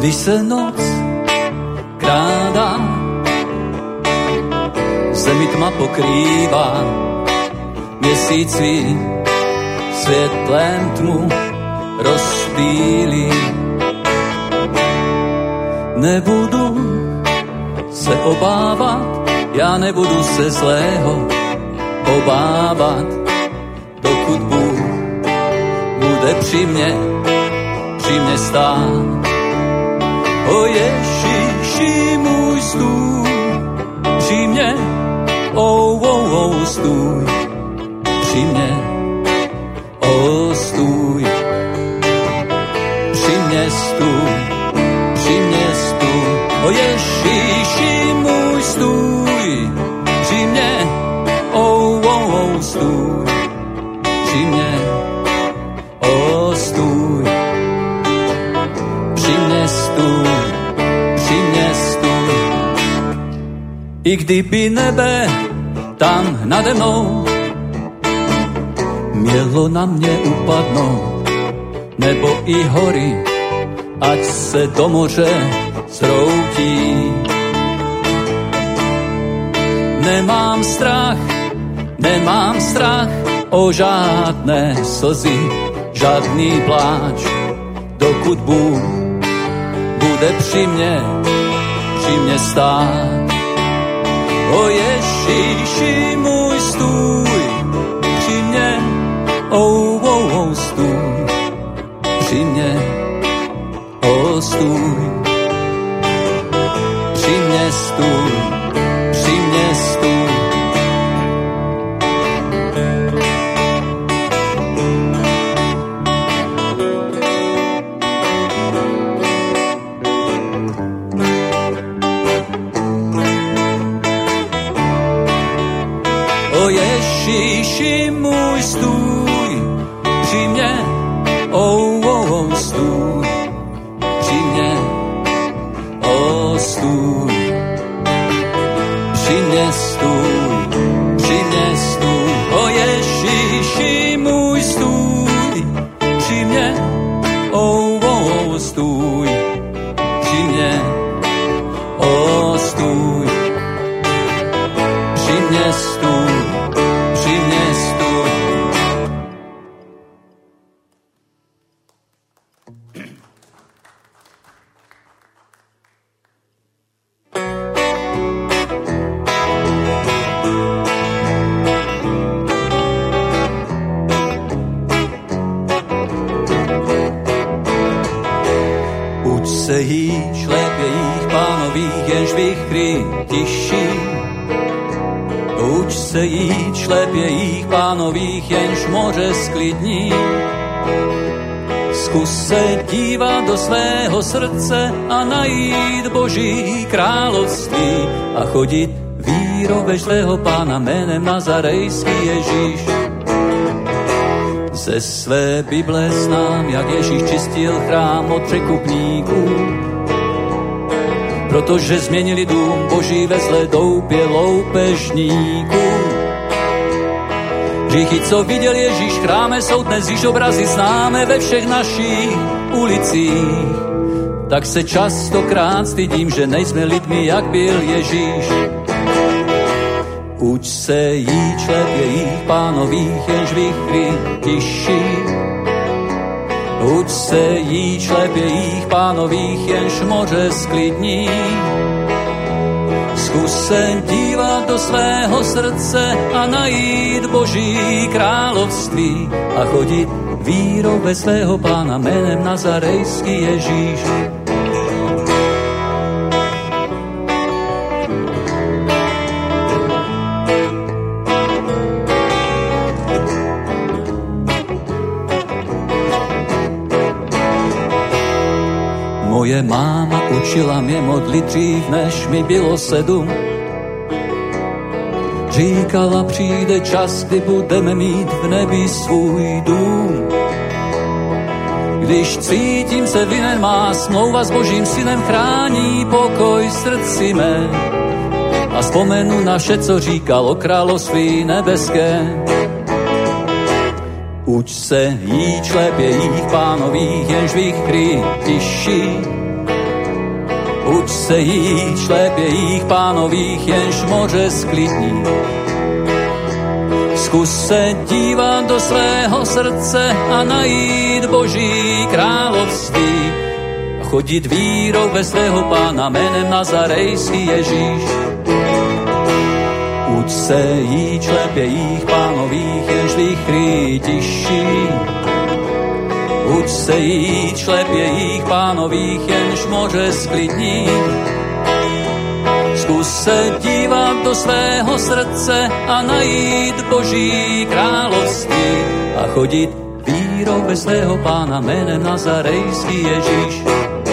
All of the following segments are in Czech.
Když se noc krádá, zemi tma pokrývá, měsíc svým světlem tmu rozptýlí. Nebudu se obávat, já nebudu se zlého obávat, dokud Bůh bude při mně stát. O Ježíši můj stůj při mně, stůj při mně, stůj při mně, stůj při mně, stůj. O Ježíši můj stůj při mně, stůj při mě, stůj při mně, stůj při mně, stůj. I kdyby nebe tam nade mnou mělo na mě upadnout, nebo i hory, ať se do moře zhroutí. Nemám strach o žádné slzy, žádný pláč, dokud Bůh bude při mně stát. O Ježíši můj stůj při mně, stůj při mně, stůj při mně, stůj při mně, stůj. O Ježíši můj stůj při mně, stůj při mně, stůj při mně, stůj při mně, stůj. O Ježíši můj stůj při mně, stůj při mně, stůj při mně, stůj při mně, stůj. Uč se jí šlépějích pánových, jenž vichry tiší. Uč se jí šlépějích pánových, jenž moře sklidní. Zkus se dívat do svého srdce a najít Boží království a chodit vírou ve svého Pána jménem Nazarejský Ježíš. Ze své Bible znám, jak Ježíš čistil chrám od překupníků, protože změnili dům Boží ve zlé doupě loupežníků. Hříchy, co viděl Ježíš v chráme, jsou dnes již obrazy známe ve všech našich ulicích. Tak se častokrát stydím, že nejsme lidmi, jak byl Ježíš. Uč se jí šlépějích pánových, jenž vichry tiší. Uč se jí šlépějích pánových, jenž moře sklidní. Zkus se dívat do svého srdce a najít Boží království a chodit vírou ve svého Pána jménem Nazarejský Ježíš. Moje máma učila mě modlit dřív, než mi bylo 7. Říkala, přijde čas, kdy budeme mít v nebi svůj dům. Když cítím se vinen, má smlouva s Božím synem chrání pokoj srdci mé. A vzpomenu na vše, co říkal o království nebeském. Uč se jí šlépějích pánových, jenž vichry tiší. Uč se jít, šlép jejich pánových, jenž moře sklidní. Zkus se dívat do svého srdce a najít Boží království. Chodit vírou ve svého pána jménem Nazarejský Ježíš. Uč se jít, šlép jejich pánových, jenž vychrý tiší. Uč se jít, šlep jejich pánových, jenž moře sklidní. Zkus se dívat do svého srdce a najít Boží království a chodit vírou ve svého pána jménem Nazarejský Ježíš.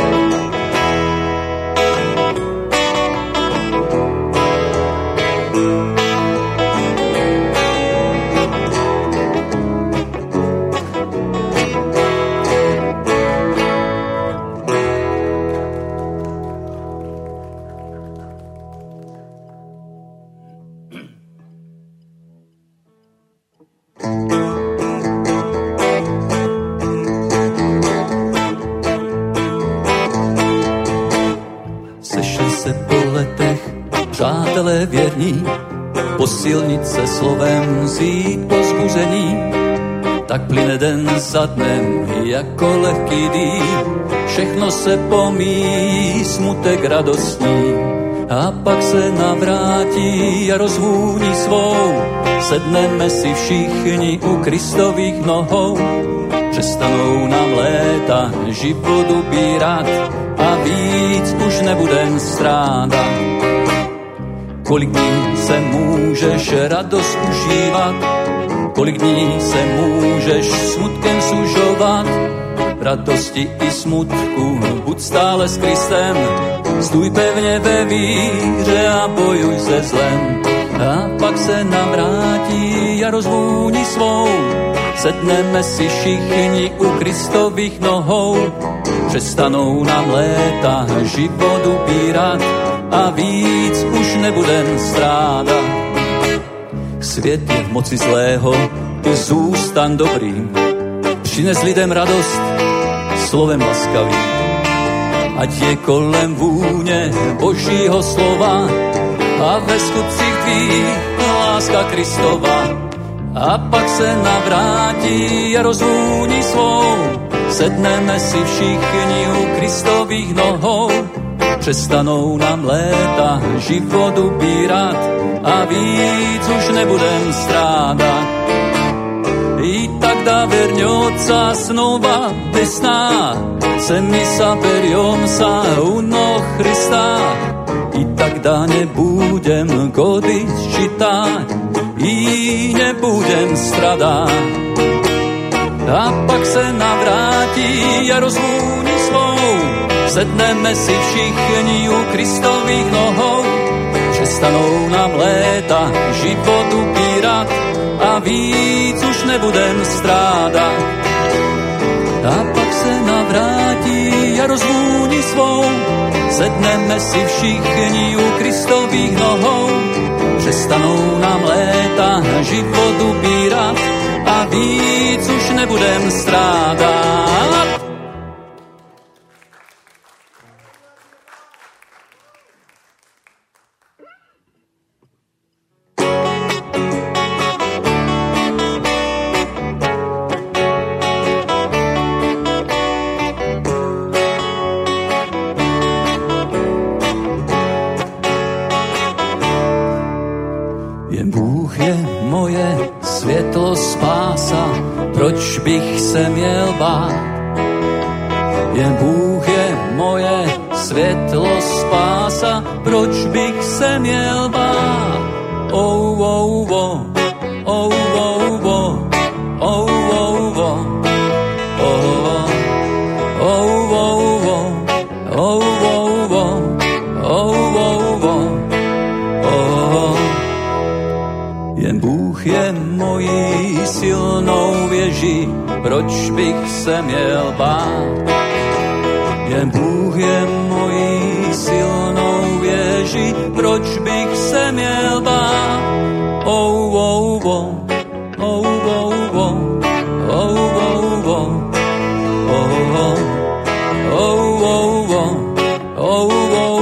Věrní, posilnit se slovem, vzít povzbuzení, tak plyne den za dnem jako lehký dým. Všechno se pomíjí, smutek radostní, a pak se navrátí a rozvůní svou. Sedneme si všichni u Kristových nohou, přestanou nám léta život ubírat a víc už nebudem strádat. Kolik dní se můžeš radost užívat, kolik dní se můžeš smutkem sužovat. V radosti i smutku buď stále s Kristem, stůj pevně ve víře a bojuj se zlem. A pak se navrátí a rozvůní svou, sedneme si všichni u Kristových nohou. Přestanou nám léta život ubírat a víc už nebudem strádat. Svět je v moci zlého, ty zůstan dobrým. Přines lidem radost slovem laskavým. Ať je kolem vůně Božího slova a ve skutcích tvých láska Kristova. A pak se navrátí a rozvůní svou, sedneme si všichni u Kristových nohou. Přestanou nám léta život ubírat a víc už nebudem strádat. I tak da verňoca snova desná, se mi saperiom sa uno Hrista. I tak da nebudem godiť čitať, i nebudem stradať. A pak se navrátí a rozvůní svou, sedneme si všichni u Kristových nohou. Přestanou nám léta život ubírat a víc už nebudem strádat. A pak se navrátí a rozvůní svou, sedneme si všichni u Kristových nohou. Přestanou nám léta život ubírat a víc už nebudem strádat. Proč bych se měl bát? Jen Bůh je moje světlo, spása, proč bych se měl bát? Oh, oh, oh, oh, oh, oh, oh, oh, oh, oh, oh, oh, oh. Jen Bůh je mojí silnou věží, proč bych se měl bát? Jen Bůh je mojí silnou věží, proč bych se měl bát? Oh, oh, oh, oh, oh, oh, oh, oh, oh, oh, oh, oh, oh, oh, oh, oh.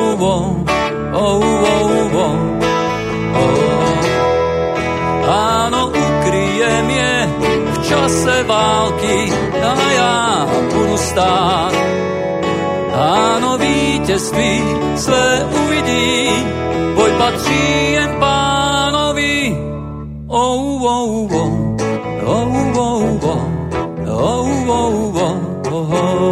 vítězství své uvidím, boj patří jen Pánovi. Oh, oh, oh, oh, oh, oh, oh, oh, oh,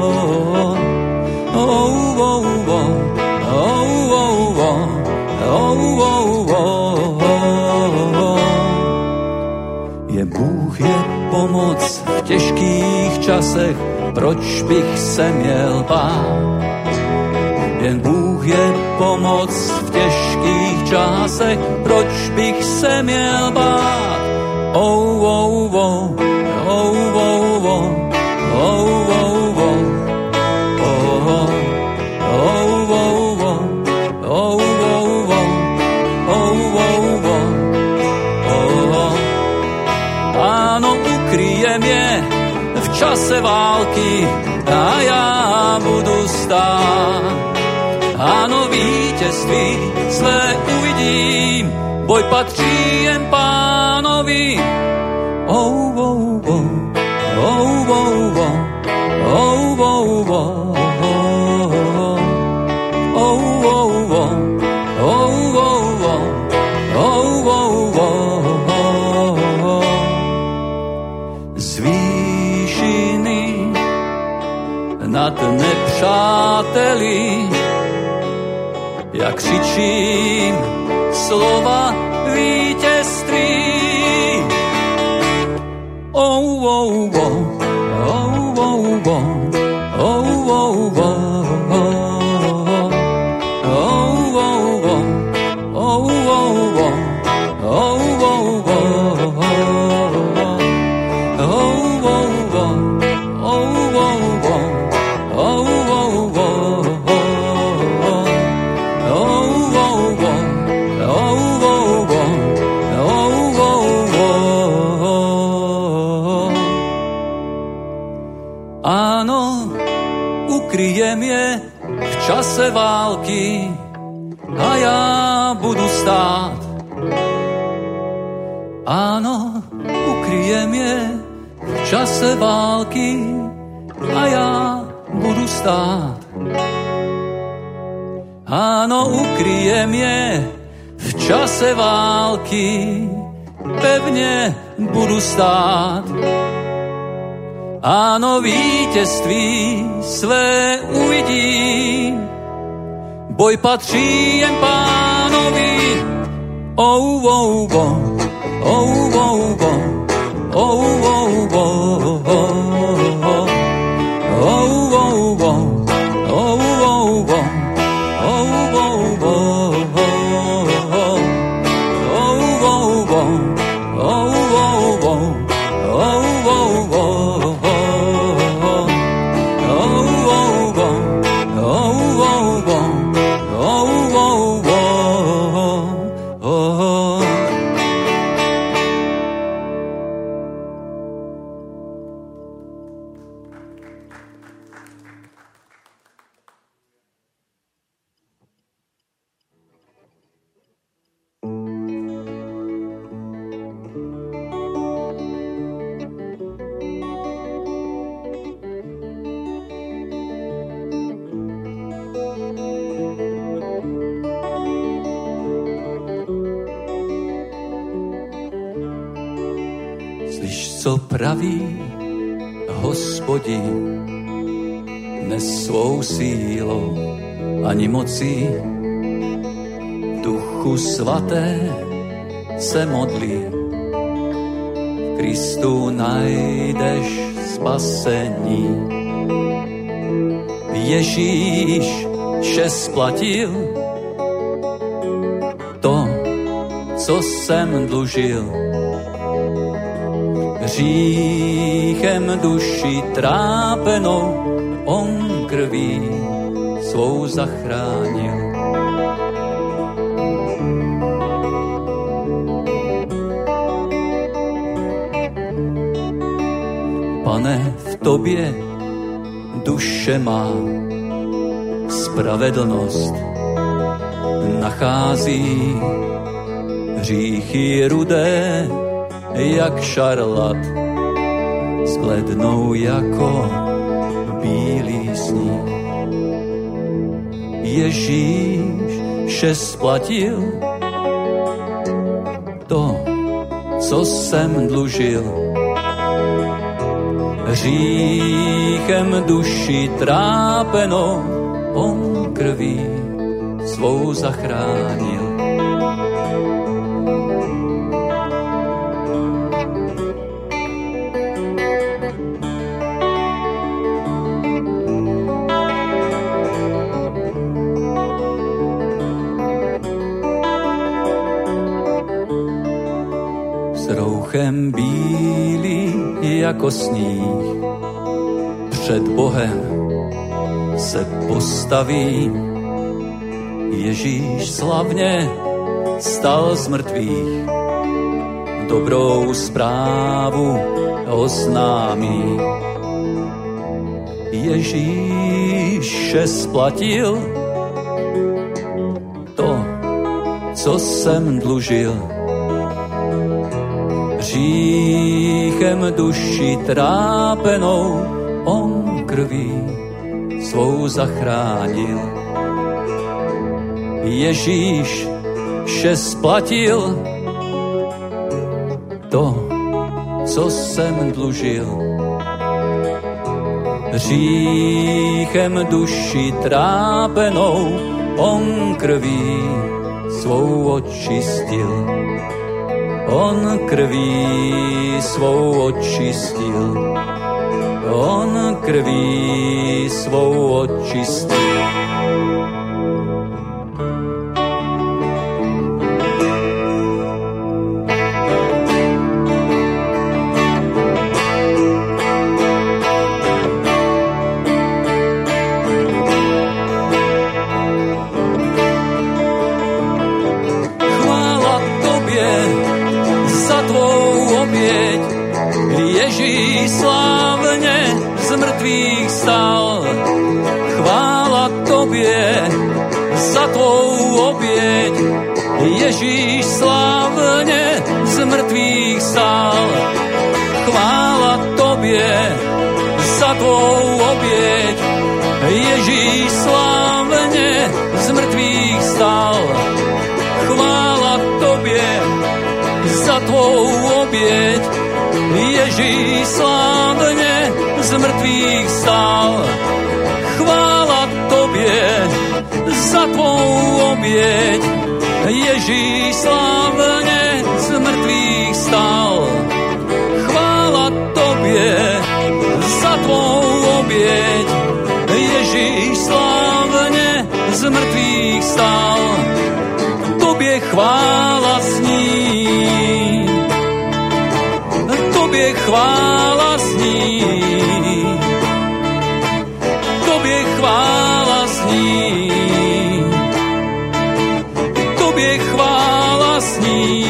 oh. Je Bůh je pomoc v těžkých časech, proč bych se měl bát? Jen Bůh je pomoc v těžkých časech, proč bych se měl bát? Oh, oh, oh, oh, oh, oh, oh, oh, oh. Ukryje mě v čase války a já budu stát. Ano, vítězství své uvidím, boj patří jen Pánovi. Oh, oh, oh, oh, oh, oh, oh, oh, oh. Nad nepřáteli, jak křičím slova vítězství. Oh, oh, oh, oh, oh, oh, oh, oh, oh. Ukryjem je v čase války a já budu stát. Ano, ukryjem je v čase války a já budu stát. Ano, ukryjem je v čase války, pevně budu stát. Ano, vítězství své uvidím, boj patří jen Pánovi. Oh, oh, oh, oh, oh, oh, oh, oh, oh, oh, oh, oh, oh. Co praví Hospodin, dnes svou sílou ani mocí Duchu svaté se modlí. V Kristu najdeš spasení. Ježíš vše splatil, to, co jsem dlužil. Hříchem duši trápenou on krví svou zachránil. Pane, v tobě duše má spravedlnost nachází, hříchy rudé jak šarlat, zblednou jako bílý sníh. Ježíš vše splatil, to, co jsem dlužil. Hříchem duši trápenou on krví svou zachránil. S rouchem bílý jako sníh před Bohem se postaví. Ježíš slavně stal z mrtvých, dobrou zprávu oznámí. Ježíš vše splatil, to, co jsem dlužil. Hříchem duši trápenou on krví svou zachránil. Ježíš vše splatil, to, co jsem dlužil. Hříchem duši trápenou on krví svou očistil. On krví svou očistil. On krví svou očistil. Ježíš slávně z mrtvých stal. Chvála tobě za tvou oběť. Ježíš slávně z mrtvých stal. Chvála tobě za tvou oběť. Ježíš slávně z mrtvých stal. Chvála tobě za tvou oběť. Ježíš slávně z mrtvých stál. Chvála tobě za tvou oběť. Ježíš slávně z mrtvých stál. Chvála tobě za tvou oběť. Ježíš slávně z mrtvých stál. Tobě chvála zní. Tobě chvála zní, tobě chvála zní, tobě chvála zní.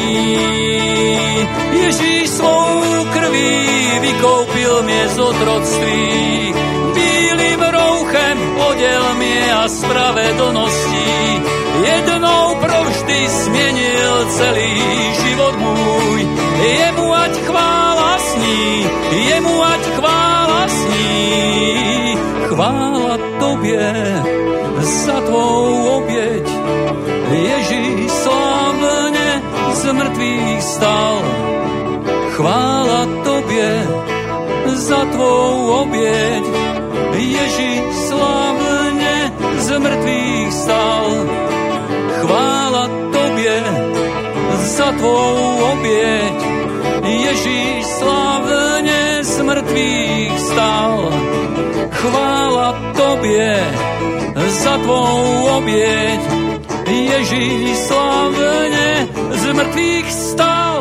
Ježíš svou krví vykoupil mě z otroctví, bílým rouchem oděl mě a spravedlností. Jednou provždy změnil celý život můj, jemu ať chvála sní, jemu ať chvála sní. Chvála tobě za tvou oběť, Ježíš slávně z mrtvých stal. Chvála tobě za tvou oběť, Ježíš slávně z mrtvých stal. Chvála tobě za tvou oběť, Ježíš slávně z mrtvých stal. Chvála tobě za tvou oběť, Ježíš slávně z mrtvých stal.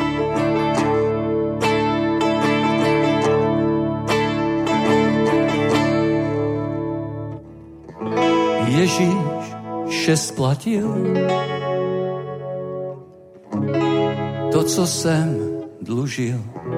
Ježíš vše splatil, to, co jsem dlužil.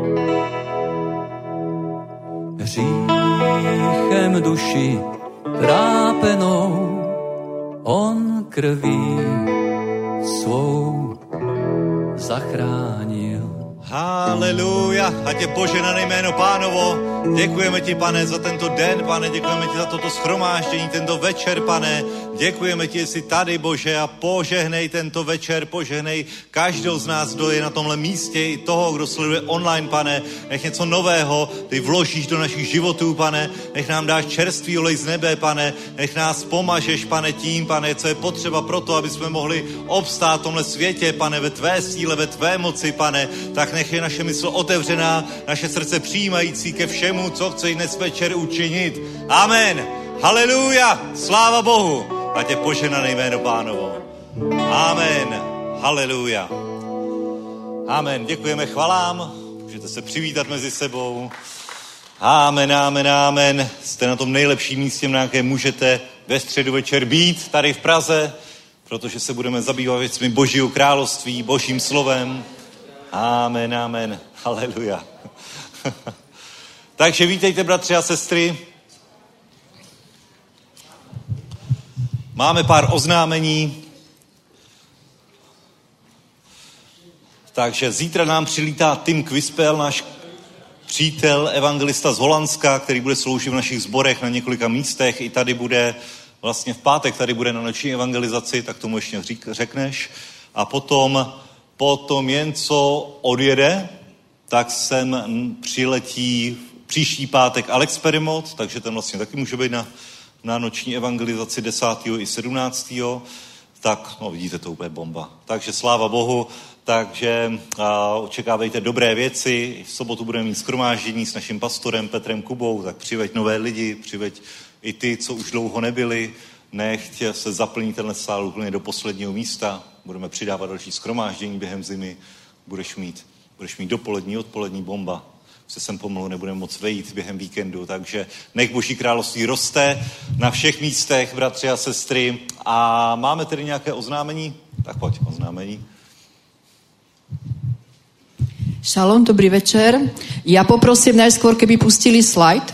Hříchem duši trápenou on krví svou zachránil. Haleluja, ať je požehnané jméno Pánovo. Děkujeme ti, Pane, za tento den, Pane, děkujeme ti za toto shromáždění, tento večer, Pane. Děkujeme ti, že jsi tady, Bože, a požehnej tento večer, požehnej každou z nás, kdo je na tomhle místě, i toho, kdo sleduje online, Pane. Nech něco nového ty vložíš do našich životů, Pane. Nech nám dáš čerstvý olej z nebe, Pane. Nech nás pomažeš, Pane, tím, Pane, co je potřeba pro to, aby jsme mohli obstát v tomhle světě, Pane, ve tvé síle, ve tvé moci, Pane. Tak nech je naše mysl otevřená, naše srdce přijímající ke všemu, co chce dnes večer učinit. Amen. Haleluja. Sláva Bohu. Ať je požehnané jméno Pánovo. Amen. Haleluja. Amen. Děkujeme chvalám. Můžete se přivítat mezi sebou. Amen, amen, amen. Jste na tom nejlepším místě, na jaké můžete ve středu večer být, tady v Praze, protože se budeme zabývat věcmi Božího království, Božím slovem. Amen, amen. Haleluja. Takže vítejte, bratři a sestry. Máme pár oznámení. Takže zítra nám přilítá Tim Quispel, náš přítel, evangelista z Holandska, který bude sloužit v našich sborech na několika místech. I tady bude, vlastně v pátek tady bude na noční evangelizaci, tak tomu ještě řekneš. A potom jen co odjede, tak sem přiletí příští pátek Alex Perimot, takže ten vlastně taky může být na noční evangelizaci 10. i 17. Tak, no vidíte, to úplně bomba. Takže sláva Bohu, takže očekávejte dobré věci. V sobotu budeme mít shromáždění s naším pastorem Petrem Kubou, tak přiveď nové lidi, přiveď i ty, co už dlouho nebyli. Nechť se zaplní tenhle sál úplně do posledního místa. Budeme přidávat další shromáždění během zimy. Budeš mít dopolední, odpolední bomba. Se sem pomalu nebudeme moc vejít během víkendu, takže nech Boží království roste na všech místech, bratři a sestry. A máme tedy nějaké oznámení? Tak pojď, oznámení. Šalom, dobrý večer. Ja poprosím najskôr, keby pustili slide.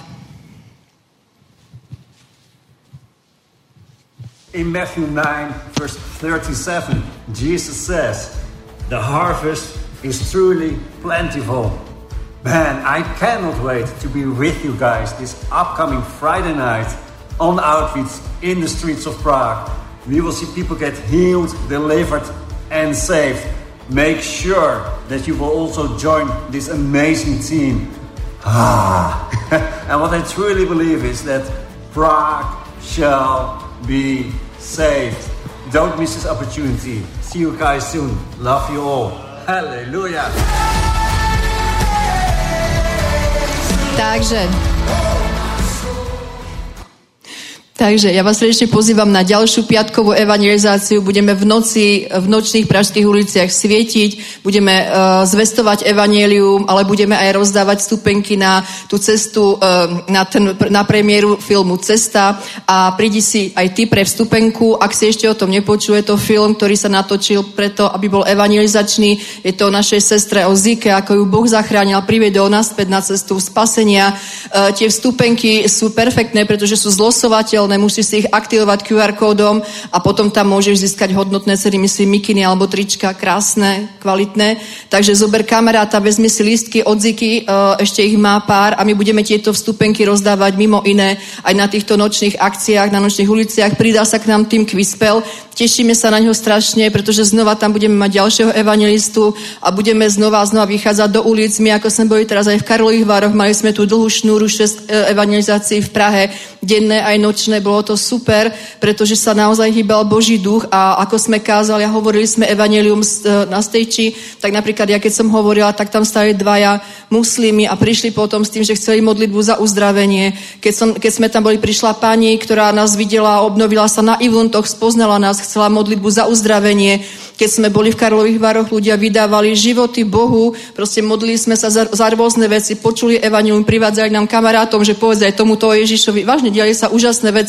In Matthew 9, verse 37, Jesus says, "The harvest is truly plentiful." Man, I cannot wait to be with you guys this upcoming Friday night on Outreach in the streets of Prague. We will see people get healed, delivered, and saved. Make sure that you will also join this amazing team. And what I truly believe is that Prague shall be saved. Don't miss this opportunity. See you guys soon. Love you all. Hallelujah. Takže ja vás srdečne pozývam na ďalšiu piatkovú evangelizáciu. Budeme v nočných pražských uliciach svietiť, budeme zvestovať evanjelium, ale budeme aj rozdávať stupenky na tú cestu, na premiéru filmu Cesta. A prídi si aj ty pre vstupenku. Ak si ešte o tom nepočuje, to film, ktorý sa natočil preto, aby bol evangelizačný. Je to o našej sestre, o Zike, ako ju Boh zachránil, priviedol naspäť na cestu spasenia. Tie vstupenky sú perfektné, pretože sú zlosovateľné. Musíš si ich aktivovať QR kódom a potom tam môžeš získať hodnotné ceny, myslím, mikiny alebo trička, krásne, kvalitné. Takže zober kamaráta, vezmi si lístky od Ziky, ešte ich má pár a my budeme tieto vstupenky rozdávať mimo iné aj na týchto nočných akciách, na nočných uliciach. Pridal sa k nám Tim Quispel. Tešíme sa na ňo strašne, pretože znova tam budeme mať ďalšieho evangelistu a budeme znova vychádzať do ulic. My, ako sme boli teraz aj v Karlových Vároch, mali sme tu dlhú šnúru 6 evangelizácií v Prahe, denné aj nočné. Bolo to super, pretože sa naozaj hýbal Boží duch a ako sme kázali a hovorili sme evanjelium na stage, tak napríklad ja keď som hovorila, tak tam stali dvaja muslimi a prišli potom s tým, že chceli modlitbu za uzdravenie. Keď sme tam boli, prišla pani, ktorá nás videla, obnovila sa na eventoch, spoznala nás, chcela modlitbu za uzdravenie. Keď sme boli v Karlových Vároch, ľudia vydávali životy Bohu, proste modlili sme sa za rôzne veci, počuli evanjelium, privádzali nám kamarátom, že povedz aj tomuto Ježišovi. Vážne diali sa úžasné veci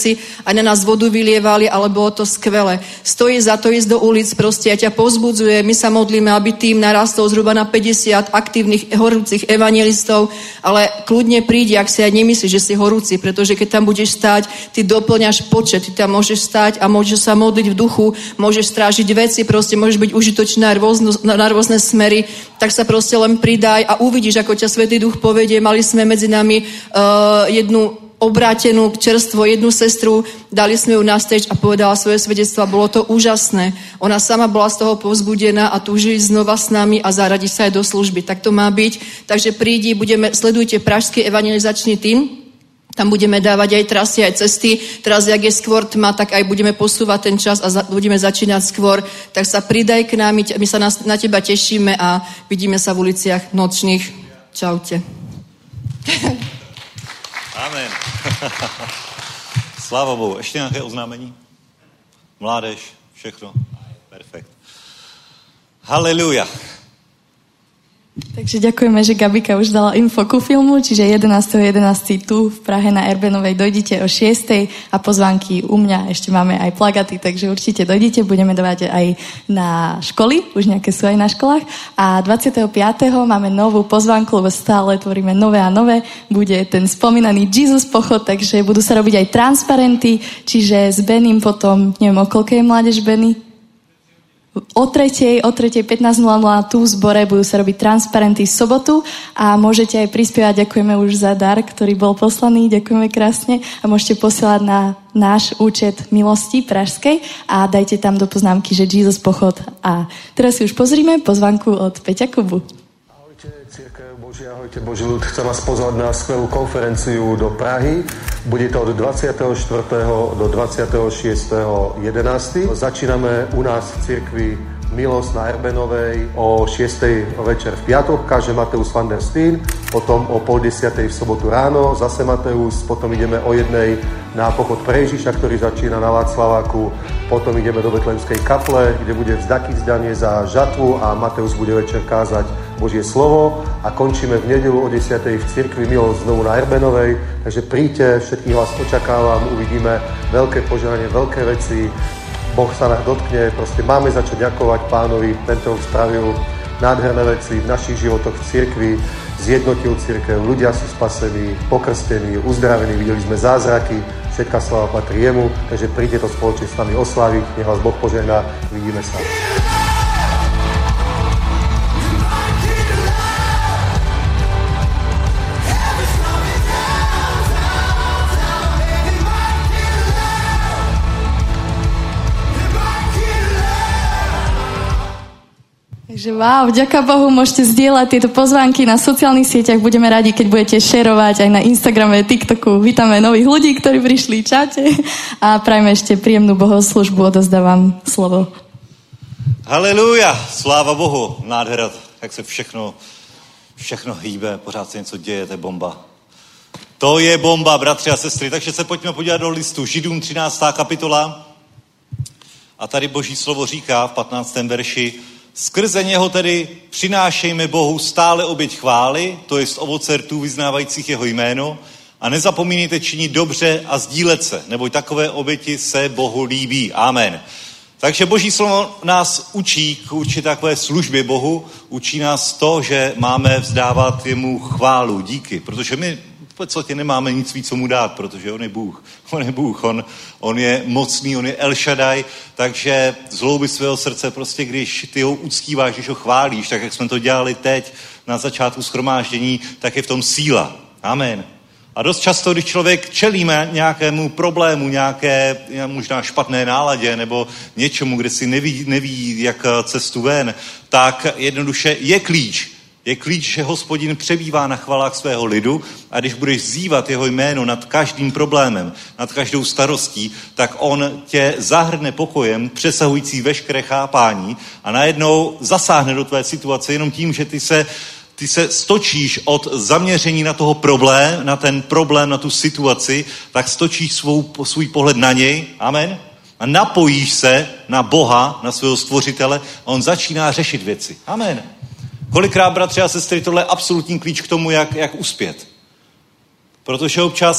veci, aj na nás vodu vylievali, ale bolo to skvelé. Stojí za to ísť do ulic, proste ja ťa povzbudzujem, my sa modlíme, aby tým narastol zhruba na 50 aktívnych horúcich evangelistov, ale kľudne prídi, ak si aj nemyslíš, že si horúci, pretože keď tam budeš stáť, ty doplňaš počet, ty tam môžeš stáť a môžeš sa modliť v duchu, môžeš strážiť veci, proste môžeš byť užitočná na rôzne smery, tak sa proste len pridaj a uvidíš, ako ťa Svätý Duch povedie. Mali sme medzi nami jednu obrátenú čerstvo, jednu sestru, dali sme ju na stage a povedala svoje svedectvo a bolo to úžasné. Ona sama bola z toho povzbudená a túži znova s nami a zaradiť sa aj do služby. Tak to má byť. Takže prídi, sledujte Pražský evangelizačný tím, tam budeme dávať aj trasy, aj cesty. Teraz, jak je skôr tma, tak aj budeme posúvať ten čas a budeme začínať skôr. Tak sa pridaj k nám, my sa na teba tešíme a vidíme sa v uliciach nočných. Čaute. Amen. Sláva Bohu. Ještě nějaké oznámení? Mládež, všechno? Perfekt. Haleluja. Takže ďakujeme, že Gabika už dala info ku filmu, čiže 11.11. tu v Prahe na Erbenovej dojdite o 6:00 a pozvánky u mňa, ešte máme aj plagaty, takže určite dojdite, budeme dávať aj na školy, už nejaké sú aj na školách a 25. máme novú pozvánku, lebo stále tvoríme nové a nové, bude ten spomínaný Jesus pochod, takže budú sa robiť aj transparenty, čiže s Benim potom, neviem o koľkej je mládež Benny? O 3:00, 15:00 tu v zbore budú sa robiť transparenty v sobotu a môžete aj prispievať, ďakujeme už za dar, ktorý bol poslaný, ďakujeme krásne a môžete posielať na náš účet Milosti Pražskej a dajte tam do poznámky, že Jesus pochod. A teraz si už pozrime pozvanku od Peťa Kubu. Cirkev Boží, ahojte Boží ľud, chcem vás pozvať na skvelú konferenciu do Prahy. Bude to od 24. do 26.11. Začíname u nás v cirkvi Milosť na Erbenovej o 6:00 večer v piatok, káže Mateus van der Steen, potom o 9:30 v sobotu ráno, zase Mateus, potom ideme o 1:00 na pochod pre Ježiša, ktorý začína na Václaváku, potom ideme do Betlémskej kaple, kde bude vzdanie za žatvu a Mateus bude večer kázať Božie slovo a končíme v nedeľu o 10:00 v cirkvi Milosť znovu na Erbenovej, takže príďte, všetkých vás očakávam, uvidíme veľké požehnanie, veľké veci, Boh sa nás dotkne, proste máme za čo ďakovať Pánovi, tento spravil nádherné veci v našich životoch v cirkvi, zjednotil cirkev, ľudia sú spasení, pokrstení, uzdravení, videli sme zázraky, všetká sláva patrí jemu, takže príďte to spoločne s nami oslaviť, nech vás Boh požehná, vidíme sa. Takže wow, vďaka Bohu, môžete zdieľať tieto pozvánky na sociálnych sieťach. Budeme radi, keď budete šerovať aj na Instagrame, TikToku. Vítame nových ľudí, ktorí prišli, čaute. A prajme ešte príjemnú bohoslúžbu, odozdávam slovo. Haleluja, sláva Bohu, nádhera, jak se všechno hýbe, pořád se něco děje, to je bomba. To je bomba, bratři a sestry, takže se pojďme podívat do listu Židům 13. kapitola. A tady Boží slovo říká v 15. verši: skrze něho tedy přinášejme Bohu stále oběť chvály, to jest ovoce rtů vyznávajících jeho jméno, a nezapomínejte činit dobře a sdílet se, neboť takové oběti se Bohu líbí. Amen. Takže Boží slovo nás učí k určité takové službě Bohu, učí nás to, že máme vzdávat jemu chválu, díky, protože my v podstatě nemáme nic víc, co mu dát, protože on je Bůh. On je Bůh, on je mocný, on je El Shaddai, takže z hloubi svého srdce prostě, když ty ho uctíváš, když ho chválíš, tak jak jsme to dělali teď na začátku shromáždění, tak je v tom síla. Amen. A dost často, když člověk čelí nějakému problému, nějaké možná špatné náladě nebo něčemu, kde si neví jak cestu ven, tak jednoduše je klíč. Je klíč, že Hospodin přebývá na chvalách svého lidu a když budeš vzývat jeho jméno nad každým problémem, nad každou starostí, tak on tě zahrne pokojem přesahující veškeré chápání a najednou zasáhne do tvé situace jenom tím, že ty se stočíš od zaměření na toho problém, na ten problém, na tu situaci, tak stočíš svůj pohled na něj, amen, a napojíš se na Boha, na svého stvořitele a on začíná řešit věci, amen. Kolikrát, bratři a sestry, tohle je absolutní klíč k tomu, jak uspět. Protože občas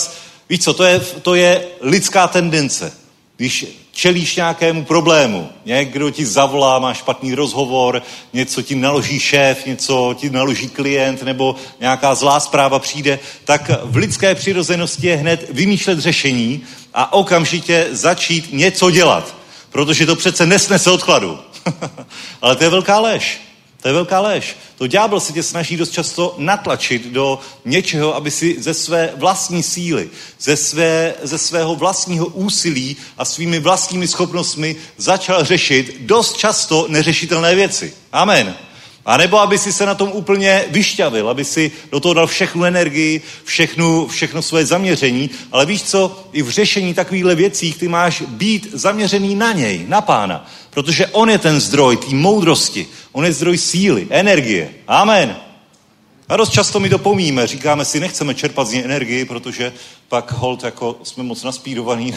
Víš co, to je lidská tendence. Když čelíš nějakému problému, někdo ti zavolá, má špatný rozhovor, něco ti naloží šéf, něco ti naloží klient, nebo nějaká zlá zpráva přijde, tak v lidské přirozenosti je hned vymýšlet řešení a okamžitě začít něco dělat. Protože to přece nesnese odkladu. Ale to je velká lež. To je velká lež. To ďábel se tě snaží dost často natlačit do něčeho, aby si ze své vlastní síly, ze svého vlastního úsilí a svými vlastními schopnostmi začal řešit dost často neřešitelné věci. Amen. A nebo aby si se na tom úplně vyšťavil, aby si do toho dal všechnu energii, všechno svoje zaměření, ale víš co, i v řešení takovýchhle věcí ty máš být zaměřený na něj, na Pána, protože on je ten zdroj té moudrosti, on je zdroj síly, energie. Amen. A dost často my to pomíme, říkáme si, nechceme čerpat z něj energii, protože pak holt jako jsme moc naspídovaný.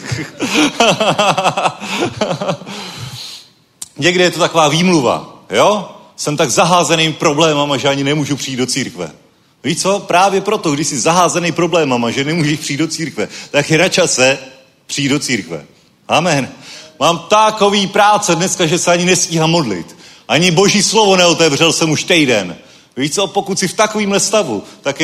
Někde je to taková výmluva, jo? Jsem tak zaházeným problémama, že ani nemůžu přijít do církve. Víš co? Právě proto, když jsi zaházený problémama, že nemůžeš přijít do církve, tak je na čase přijít do církve. Amen. Mám takový práce dneska, že se ani nestíhám modlit. Ani Boží slovo neotevřel jsem už týden. Víš co? Pokud jsi v takovýmhle stavu, tak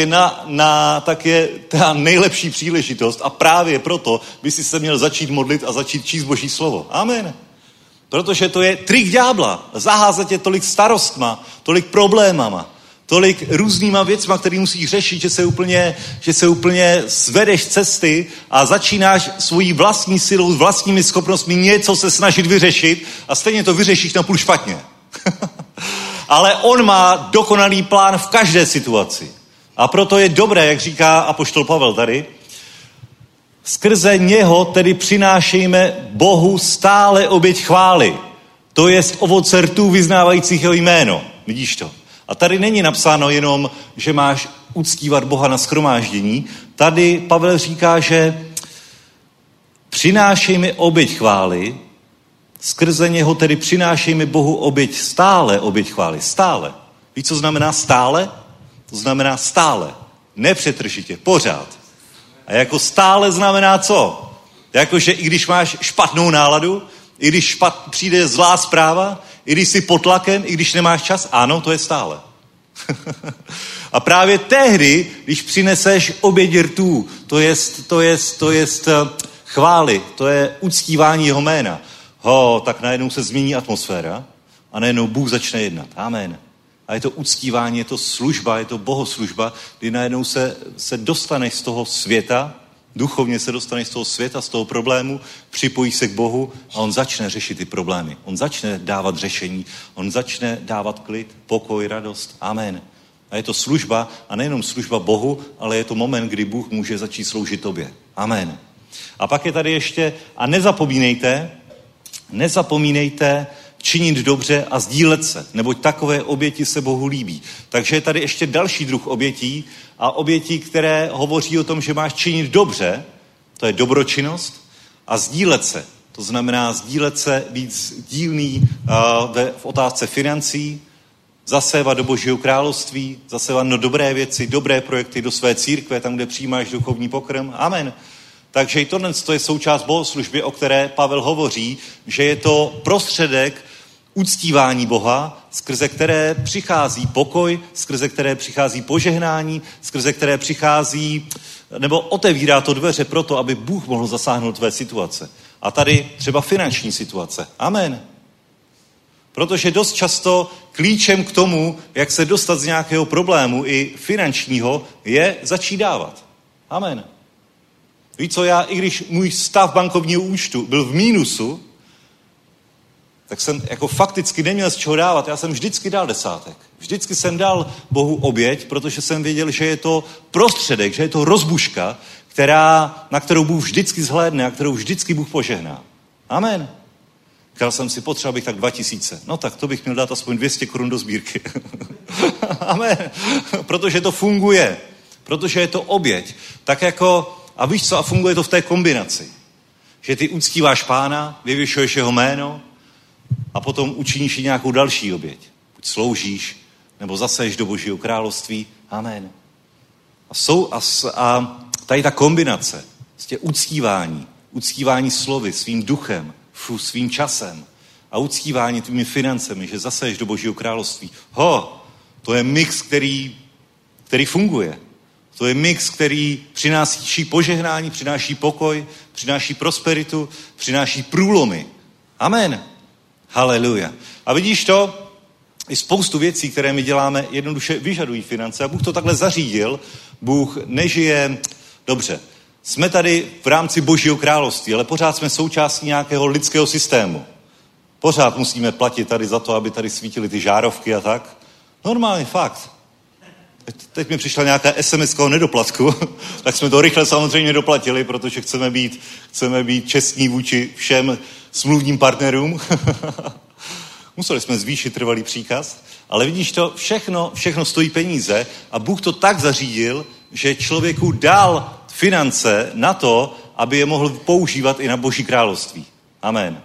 je ta nejlepší příležitost a právě proto by si se měl začít modlit a začít číst Boží slovo. Amen. Protože to je trik ďábla. Zaházet tě tolik starostma, tolik problémama, tolik různýma věcma, který musíš řešit, že se úplně svedeš z cesty a začínáš svojí vlastní silou, vlastními schopnostmi něco se snažit vyřešit a stejně to vyřešíš napůl špatně. Ale on má dokonalý plán v každé situaci. A proto je dobré, jak říká apoštol Pavel tady, skrze něho tedy přinášejme Bohu stále oběť chvály. To jest ovoce rtů vyznávajících jeho jméno. Vidíš to? A tady není napsáno jenom, že máš uctívat Boha na shromáždění. Tady Pavel říká, že přinášejme oběť chvály, skrze něho tedy přinášejme Bohu oběť chvály. Stále. Víš, co znamená stále? To znamená stále. Nepřetržitě, pořád. A jako stále znamená co? Jakože i když máš špatnou náladu, i když přijde zlá zpráva, i když jsi pod tlakem, i když nemáš čas, ano, to je stále. A právě tehdy, když přineseš oběť rtů, to jest chvály, to je uctívání jeho jména, tak najednou se změní atmosféra a najednou Bůh začne jednat. Amen. A je to uctívání, je to služba, je to bohoslužba, kdy najednou se dostaneš z toho světa, duchovně se dostaneš z toho světa, z toho problému, připojíš se k Bohu a on začne řešit ty problémy. On začne dávat řešení, on začne dávat klid, pokoj, radost. Amen. A je to služba a nejenom služba Bohu, ale je to moment, kdy Bůh může začít sloužit tobě. Amen. A pak je tady ještě, a nezapomínejte činit dobře a sdílet se, neboť takové oběti se Bohu líbí. Takže je tady ještě další druh obětí a obětí, které hovoří o tom, že máš činit dobře, to je dobročinnost, a sdílet se. To znamená sdílet se, být sdílný v otázce financí, zasévat do Božího království, zasévat do dobré věci, dobré projekty do své církve, tam, kde přijímáš duchovní pokrm. Amen. Takže i tohle je součást bohoslužby, o které Pavel hovoří, že je to prostředek uctívání Boha, skrze které přichází pokoj, skrze které přichází požehnání, skrze které přichází, nebo otevírá to dveře proto, aby Bůh mohl zasáhnout tvé situace. A tady třeba finanční situace. Amen. Protože dost často klíčem k tomu, jak se dostat z nějakého problému i finančního, je začít dávat. Amen. Víš co, i když můj stav bankovního účtu byl v mínusu, tak jsem jako fakticky neměl z čeho dávat. Já jsem vždycky dal desátek. Vždycky jsem dal Bohu oběť, protože jsem věděl, že je to prostředek, že je to rozbuška, na kterou Bůh vždycky zhlédne a kterou vždycky Bůh požehná. Amen. Říkal jsem si, potřeba bych tak 2000. No tak to bych měl dát aspoň 200 korun do sbírky. Amen. Protože to funguje. Protože je to oběť. Tak jako, a víš co, a funguje to v té kombinaci. Že ty uctíváš Pána, vyvyšuješ jeho jméno a potom učiníš i nějakou další oběť. Buď sloužíš, nebo zaseješ do Božího království. Amen. A tady ta kombinace, uctívání slovy, svým duchem, svým časem a uctívání tvými financemi, že zaseješ do Božího království. To je mix, který funguje. To je mix, který přináší požehnání, přináší pokoj, přináší prosperitu, přináší průlomy. Amen. Haleluja. A vidíš to? I spoustu věcí, které my děláme, jednoduše vyžadují finance. A Bůh to takhle zařídil. Bůh nežije... Dobře, jsme tady v rámci Božího království, ale pořád jsme součástí nějakého lidského systému. Pořád musíme platit tady za to, aby tady svítily ty žárovky a tak. Normálně, fakt. Teď mi přišla nějaká SMS-ka o nedoplatku, tak jsme to rychle samozřejmě doplatili, protože chceme být čestní vůči všem smluvním partnerům. Museli jsme zvýšit trvalý příkaz, ale vidíš to, všechno stojí peníze a Bůh to tak zařídil, že člověku dal finance na to, aby je mohl používat i na Boží království. Amen.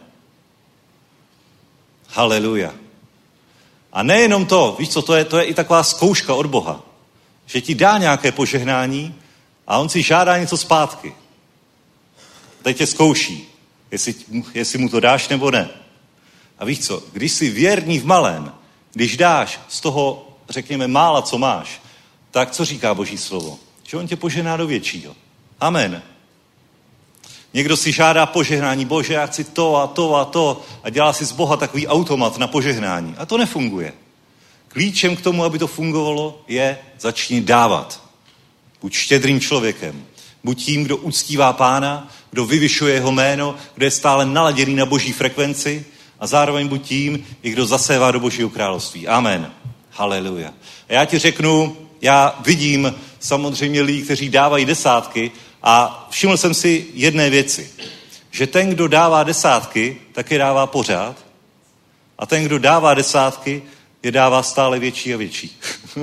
Haleluja. A nejenom to, víš co, to je i taková zkouška od Boha, že ti dá nějaké požehnání a on si žádá něco zpátky. Teď tě zkouší, jestli mu to dáš nebo ne. A víš co, když jsi věrný v malém, když dáš z toho, řekněme, mála, co máš, tak co říká Boží slovo? Že on tě požehná do většího. Amen. Někdo si žádá požehnání, Bože, já chci to a to a to a dělá si z Boha takový automat na požehnání. A to nefunguje. Klíčem k tomu, aby to fungovalo, je začni dávat. Buď štědrým člověkem. Buď tím, kdo uctívá Pána, kdo vyvyšuje jeho jméno, kdo je stále naladěný na Boží frekvenci a zároveň buď tím, i kdo zasévá do Božího království. Amen. Haleluja. A já ti řeknu, já vidím samozřejmě lidi, kteří dávají desátky a všiml jsem si jedné věci, že ten, kdo dává desátky, tak je dává pořád a ten, kdo dává desátky, je dává stále větší a větší.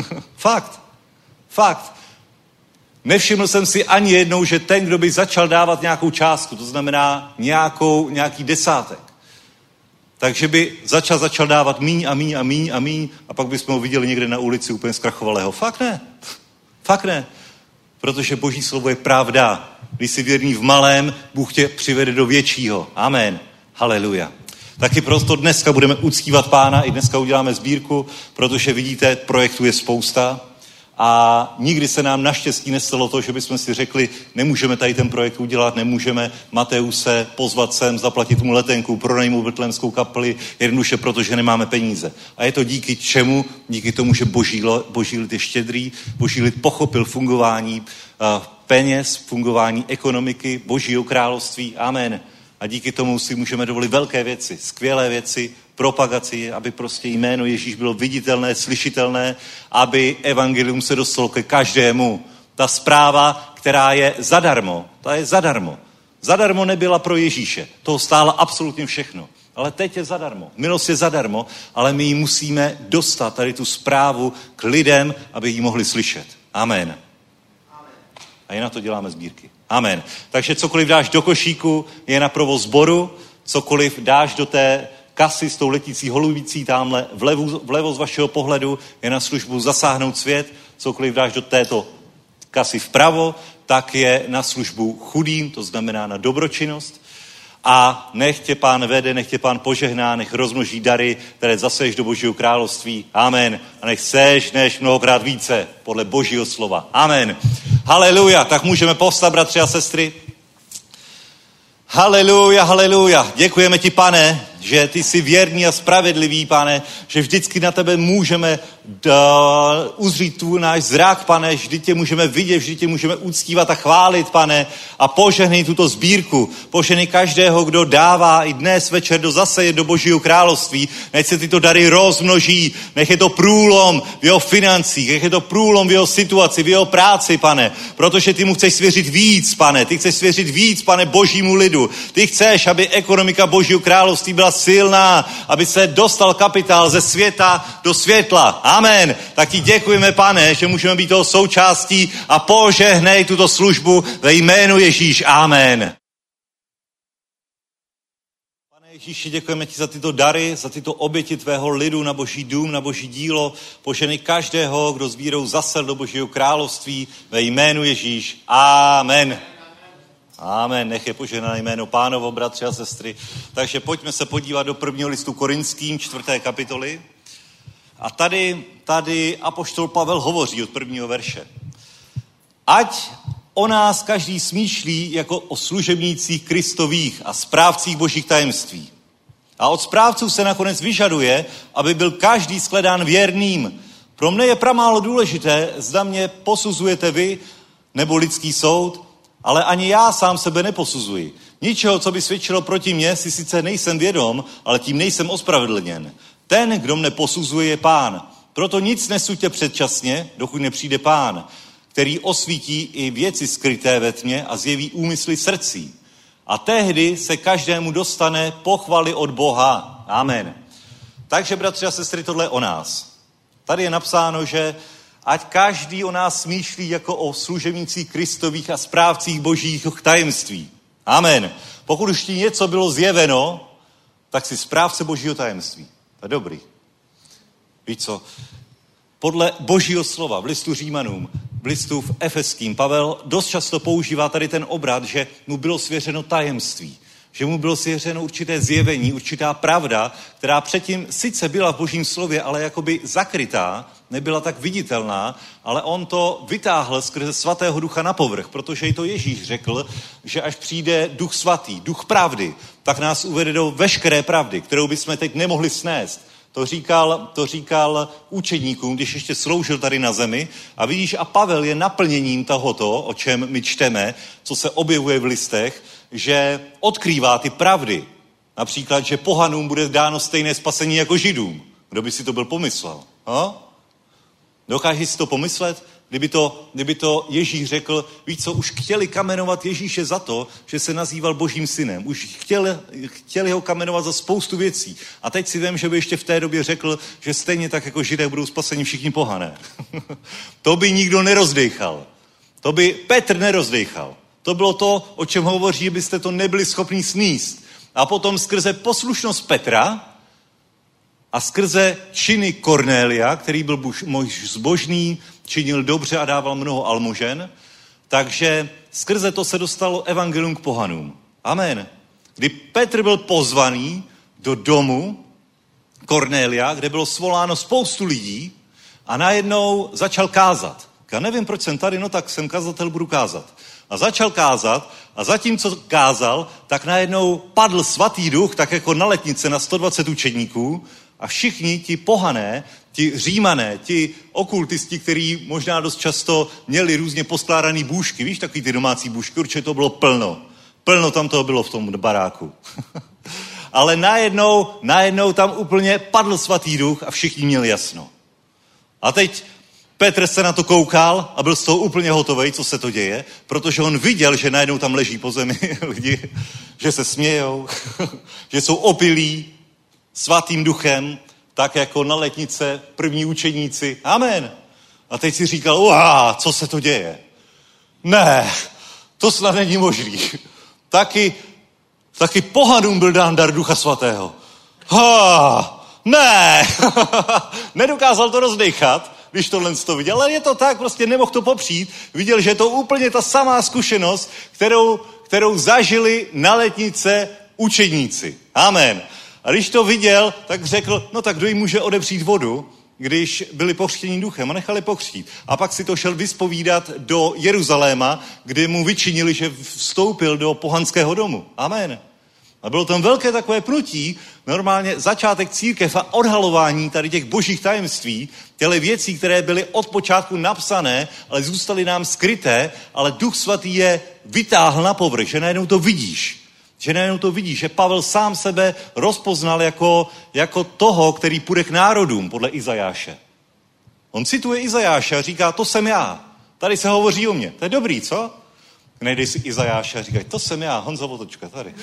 Fakt. Nevšiml jsem si ani jednou, že ten, kdo by začal dávat nějakou částku, to znamená nějaký desátek, takže by začal dávat míň a pak bychom ho viděli někde na ulici úplně zkrachovalého. Fakt ne. Protože Boží slovo je pravda. Když jsi věrný v malém, Bůh tě přivede do většího. Amen. Haleluja. Taky proto dneska budeme uctívat Pána, i dneska uděláme sbírku, protože vidíte, projektů je spousta a nikdy se nám naštěstí nestalo to, že bychom si řekli, nemůžeme tady ten projekt udělat, nemůžeme Mateuse pozvat sem, zaplatit mu letenku, pronajmout betlémskou kapli, jednoduše protože nemáme peníze. A je to díky čemu? Díky tomu, že Boží lid je štědrý, Boží lid pochopil fungování peněz, fungování ekonomiky, Božího království. Amen. A díky tomu si můžeme dovolit velké věci, skvělé věci, propagaci, aby prostě jméno Ježíš bylo viditelné, slyšitelné, aby evangelium se dostalo ke každému. Ta zpráva, která je zadarmo, ta je zadarmo. Zadarmo nebyla pro Ježíše, toho stála absolutně všechno. Ale teď je zadarmo, milost je zadarmo, ale my ji musíme dostat, tady tu zprávu k lidem, aby ji mohli slyšet. Amen. A i na to děláme sbírky. Amen. Takže cokoliv dáš do košíku, je na provoz sboru, cokoliv dáš do té kasy s tou letící holubicí tamhle vlevo z vašeho pohledu, je na službu zasáhnout svět, cokoliv dáš do této kasy vpravo, tak je na službu chudým, to znamená na dobročinnost. A nech tě Pán vede, nech tě Pán požehná, nech rozmnoží dary, které zaseješ do Božího království. Amen. A nech sežneš mnohokrát více podle Božího slova. Amen. Haleluja. Tak můžeme povstat, bratři a sestry. Haleluja, haleluja. Děkujeme ti, Pane, že ty jsi věrný a spravedlivý, Pane, že vždycky na tebe můžeme uzřít tu náš zrak, Pane, vždy tě můžeme vidět, vždy tě můžeme uctívat a chválit, Pane, a požehnej tuto sbírku, požehnej každého, kdo dává i dnes večer zaseje do Božího království, nech se tyto dary rozmnoží, nech je to průlom v jeho financích, nech je to průlom v jeho situaci, v jeho práci, Pane, protože ty mu chceš svěřit víc, Pane, ty chceš svěřit víc, Pane, Božímu lidu, ty chceš, aby ekonomika Božího království byla silná, aby se dostal kapitál ze světa do světla. Amen. Tak ti děkujeme, Pane, že můžeme být toho součástí a požehnej tuto službu ve jménu Ježíš. Amen. Ježíši, děkujeme ti za tyto dary, za tyto oběti tvého lidu na boží dům, na boží dílo. Poženej každého, kdo s vírou zasel do božího království ve jménu Ježíš. Amen. Amen. Nech je poženané jméno Pánovo, bratři a sestry. Takže pojďme se podívat do 1. listu Korinským, 4. kapitoly. A tady apoštol Pavel hovoří od 1. verše. Ať o nás každý smýšlí jako o služebnících Kristových a správcích božích tajemství. A od správců se nakonec vyžaduje, aby byl každý shledán věrným. Pro mne je pramálo důležité, zda mě posuzujete vy nebo lidský soud, ale ani já sám sebe neposuzuji. Ničeho, co by svědčilo proti mně, si sice nejsem vědom, ale tím nejsem ospravedlněn. Ten, kdo mne posuzuje, je Pán. Proto nic nesuďte předčasně, dokud nepřijde Pán, který osvítí i věci skryté ve tmě a zjeví úmysly srdcí. A tehdy se každému dostane pochvaly od Boha. Amen. Takže, bratři a sestry, tohle je o nás. Tady je napsáno, že ať každý o nás smýšlí jako o služebnících Kristových a správcích božích tajemství. Amen. Pokud už ti něco bylo zjeveno, tak si správce božího tajemství. To je dobrý. Víš co? Podle božího slova v listu Římanům, v listu v Efeským, Pavel dost často používá tady ten obrat, že mu bylo svěřeno tajemství. Že mu bylo svěřeno určité zjevení, určitá pravda, která předtím sice byla v božím slově, ale jakoby zakrytá, nebyla tak viditelná, ale on to vytáhl skrze svatého ducha na povrch, protože i to Ježíš řekl, že až přijde duch svatý, duch pravdy, tak nás uvede do veškeré pravdy, kterou bychom teď nemohli snést. To říkal učedníkům, když ještě sloužil tady na zemi. A vidíš, a Pavel je naplněním tohoto, o čem my čteme, co se objevuje v listech, že odkrývá ty pravdy. Například, že pohanům bude dáno stejné spasení jako Židům. Kdo by si to byl pomyslel? Dokážeš si to pomyslet? Kdyby to Ježíš řekl, víš co, už chtěli kamenovat Ježíše za to, že se nazýval Božím synem. Už chtěli ho kamenovat za spoustu věcí. A teď si vím, že by ještě v té době řekl, že stejně tak jako Židé budou spaseni všichni pohané. To by nikdo nerozdejchal. To by Petr nerozdejchal. To bylo to, o čem hovoří, byste to nebyli schopni sníst. A potom skrze poslušnost Petra a skrze činy Kornélia, který byl muž zbožný, činil dobře a dával mnoho almužen, takže skrze to se dostalo evangelium k pohanům. Amen. Kdy Petr byl pozvaný do domu Kornélia, kde bylo svoláno spoustu lidí a najednou začal kázat. Já nevím, proč jsem tady, no tak jsem kazatel, budu kázat. A začal kázat a zatímco kázal, tak najednou padl svatý duch, tak jako na letnice na 120 učedníků a všichni ti pohané, ti Římané, ti okultisti, kteří možná dost často měli různě poskládaný bůžky, víš, takový ty domácí bůžky, určitě to bylo plno. Plno tam toho bylo v tom baráku. Ale najednou tam úplně padl svatý duch a všichni měli jasno. A teď Petr se na to koukal a byl z toho úplně hotovej, co se to děje, protože on viděl, že najednou tam leží po zemi lidi, že se smějou, že jsou opilí svatým duchem, tak jako na letnice první učeníci. Amen. A teď si říkal, co se to děje? Ne, to snad není možný. Taky pohanům byl dán dar Ducha Svatého. Ne, nedokázal to rozdechat, když tohle to viděl, ale je to tak, prostě nemohl to popřít. Viděl, že je to úplně ta samá zkušenost, kterou zažili na letnice učeníci. Amen. A když to viděl, tak řekl, no tak kdo jim může odepřít vodu, když byli pokřtěni duchem a nechali pokřtít. A pak si to šel vyspovídat do Jeruzaléma, kde mu vyčinili, že vstoupil do pohanského domu. Amen. A bylo tam velké takové pnutí, normálně začátek církev a odhalování tady těch božích tajemství, těle věcí, které byly od počátku napsané, ale zůstaly nám skryté, ale Duch Svatý je vytáhl na povrch, že najednou to vidíš. Že Pavel sám sebe rozpoznal jako toho, který půjde k národům, podle Izajáše. On cituje Izajáše a říká, to jsem já. Tady se hovoří o mně. To je dobrý, co? Nejdej si Izajáše a říkají, to jsem já, Honza Votočka, tady.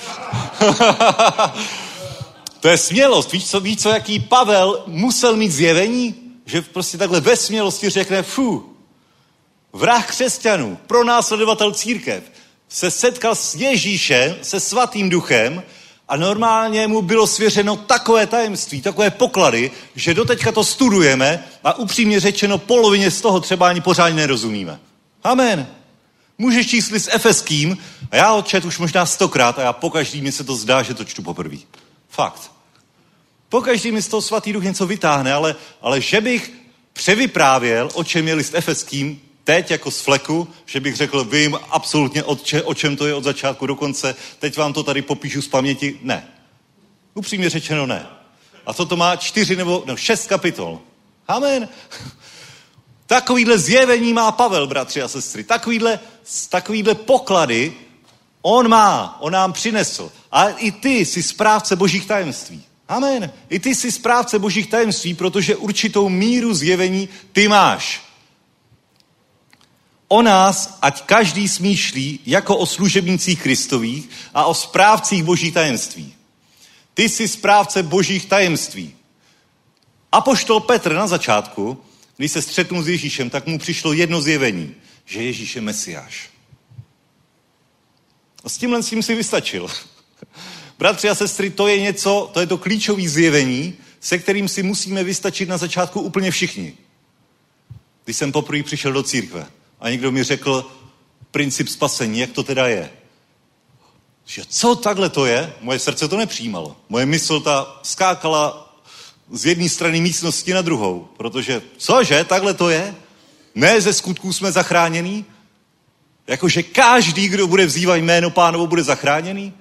To je smělost. Víš co, jaký Pavel musel mít zjevení? Že prostě takhle ve smělosti řekne, vrah křesťanů, pronásledovatel církev, se setkal s Ježíšem, se svatým duchem A normálně mu bylo svěřeno takové tajemství, takové poklady, že doteďka to studujeme a upřímně řečeno polovině z toho třeba ani pořádně nerozumíme. Amen. Můžeš číst list Efeským a já ho čet už možná 100krát a já pokaždý mi se to zdá, že to čtu poprvé. Fakt. Pokaždý mi z toho Svatý Duch něco vytáhne, ale že bych převyprávěl, o čem je list Efeským, teď jako z fleku, že bych řekl, vím absolutně o čem to je od začátku do konce, teď vám to tady popíšu z paměti, ne. Upřímně řečeno ne. A to má 4 nebo 6 kapitol. Amen. Takovýhle zjevení má Pavel, bratři a sestry. Takovýhle poklady on nám přinesl. A i ty jsi správce božích tajemství. Amen. I ty jsi správce božích tajemství, protože určitou míru zjevení ty máš. O nás, ať každý smýšlí jako o služebnících Kristových a o správcích božích tajemství. Ty jsi správce božích tajemství. Apoštol Petr na začátku, když se střetnul s Ježíšem, tak mu přišlo jedno zjevení, že Ježíš je Mesiáš. A s tímhle si vystačil. Bratři a sestry, to je to klíčové zjevení, se kterým si musíme vystačit na začátku úplně všichni. Když jsem poprvé přišel do církve a někdo mi řekl princip spasení, jak to teda je. Že co takhle to je? Moje srdce to nepřijímalo. Moje mysl ta skákala z jedné strany místnosti na druhou, protože cože, takhle to je? Ne, ze skutků jsme zachránění? Jakože každý, kdo bude vzývat jméno Pánovo, bude zachráněný?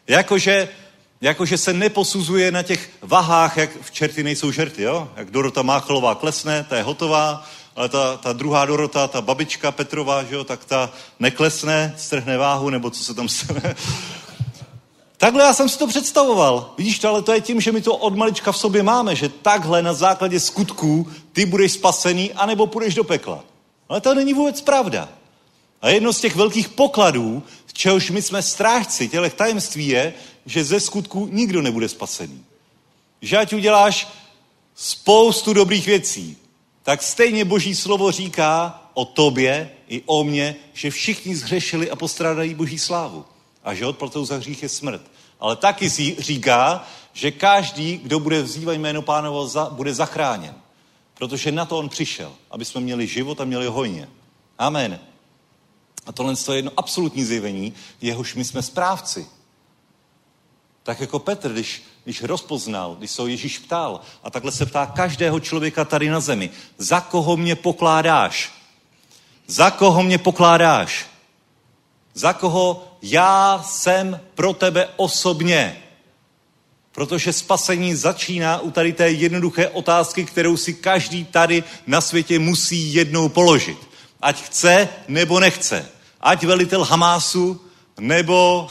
Jakože se neposuzuje na těch vahách, jak v čerty nejsou žerty, jo? Jak Dorota Máchalová klesne, ta je hotová, ale ta druhá Dorota, ta babička Petrová, že jo, tak ta neklesne, strhne váhu, nebo co se tam stane. Takhle já jsem si to představoval. Vidíš to, ale to je tím, že my to od malička v sobě máme, že takhle na základě skutků ty budeš spasený, anebo půjdeš do pekla. Ale to není vůbec pravda. A jedno z těch velkých pokladů, čehož my jsme strážci těch tajemství je, že ze skutků nikdo nebude spasený. Že ať uděláš spoustu dobrých věcí, tak stejně Boží slovo říká o tobě i o mně, že všichni zhřešili a postrádají Boží slávu. A že odplatou za hřích je smrt. Ale taky si říká, že každý, kdo bude vzývat jméno Pánovo, bude zachráněn. Protože na to on přišel, aby jsme měli život a měli hojně. Amen. A tohle je jedno absolutní zjevení, jehož my jsme správci. Tak jako Petr, když rozpoznal, když se ho Ježíš ptal, a takhle se ptá každého člověka tady na zemi, za koho mě pokládáš? Za koho mě pokládáš? Za koho já jsem pro tebe osobně? Protože spasení začíná u tady té jednoduché otázky, kterou si každý tady na světě musí jednou položit. Ať chce, nebo nechce. Ať velitel Hamásu, nebo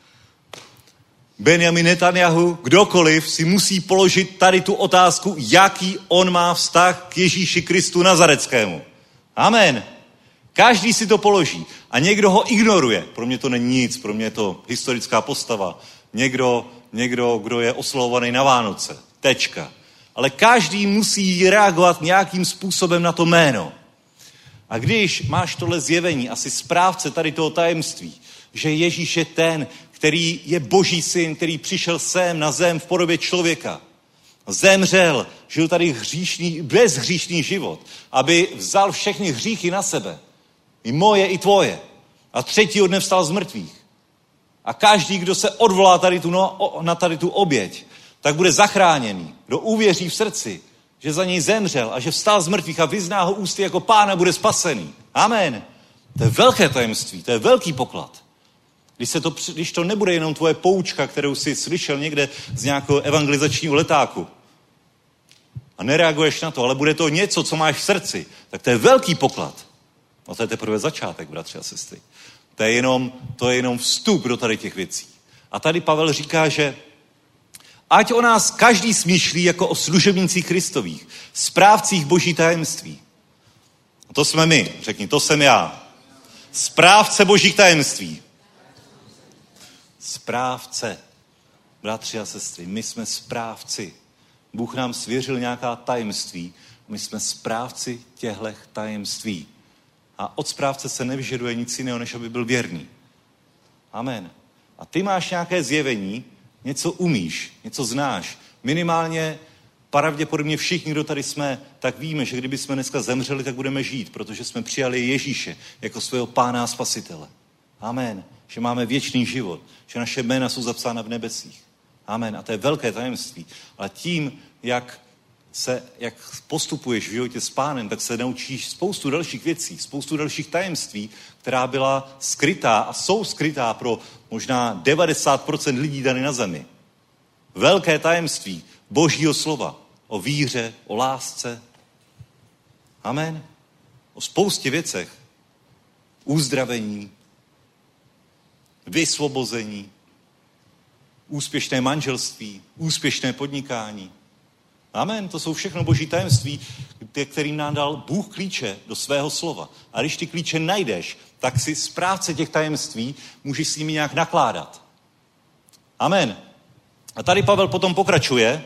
Benjamin Netanyahu, kdokoliv si musí položit tady tu otázku, jaký on má vztah k Ježíši Kristu Nazareckému. Amen. Každý si to položí. A někdo ho ignoruje. Pro mě to není nic, pro mě je to historická postava. Někdo, kdo je oslavovaný na Vánoce. Tečka. Ale každý musí reagovat nějakým způsobem na to jméno. A když máš tohle zjevení, asi správce tady toho tajemství, že Ježíš je ten, který je Boží syn, který přišel sem na zem v podobě člověka. Zemřel, žil tady bezhříšný život, aby vzal všechny hříchy na sebe. I moje, i tvoje. A třetího dne vstal z mrtvých. A každý, kdo se odvolá na tady tu oběť, tak bude zachráněný. Kdo uvěří v srdci, že za něj zemřel a že vstal z mrtvých a vyzná ho ústy jako Pána, bude spasený. Amen. To je velké tajemství, to je velký poklad. Když to nebude jenom tvoje poučka, kterou jsi slyšel někde z nějakého evangelizačního letáku a nereaguješ na to, ale bude to něco, co máš v srdci, tak to je velký poklad. A to je teprve začátek, bratři a sestry. To je jenom vstup do tady těch věcí. A tady Pavel říká, že ať o nás každý smýšlí jako o služebnících Kristových, správcích Boží tajemství. A to jsme my, řekni, to jsem já. Správce Božích tajemství. Správce. Bratři a sestry, my jsme správci. Bůh nám svěřil nějaká tajemství. My jsme správci těchto tajemství. A od správce se nevyžaduje nic jiného, než aby byl věrný. Amen. A ty máš nějaké zjevení, něco umíš, něco znáš. Minimálně pravděpodobně všichni, kdo tady jsme, tak víme, že kdyby jsme dneska zemřeli, tak budeme žít, protože jsme přijali Ježíše jako svého Pána a Spasitele. Amen. Že máme věčný život, že naše jména jsou zapsána v nebesích. Amen. A to je velké tajemství. Ale tím, jak postupuješ v životě s Pánem, tak se naučíš spoustu dalších věcí, spoustu dalších tajemství, která byla skrytá a jsou skrytá pro možná 90% lidí tady na zemi. Velké tajemství Božího slova o víře, o lásce. Amen. O spoustě věcech. Uzdravení, vysvobození, úspěšné manželství, úspěšné podnikání. Amen, to jsou všechno Boží tajemství, kterým nám dal Bůh klíče do svého slova. A když ty klíče najdeš, tak si správce těch tajemství můžeš s nimi nějak nakládat. Amen. A tady Pavel potom pokračuje.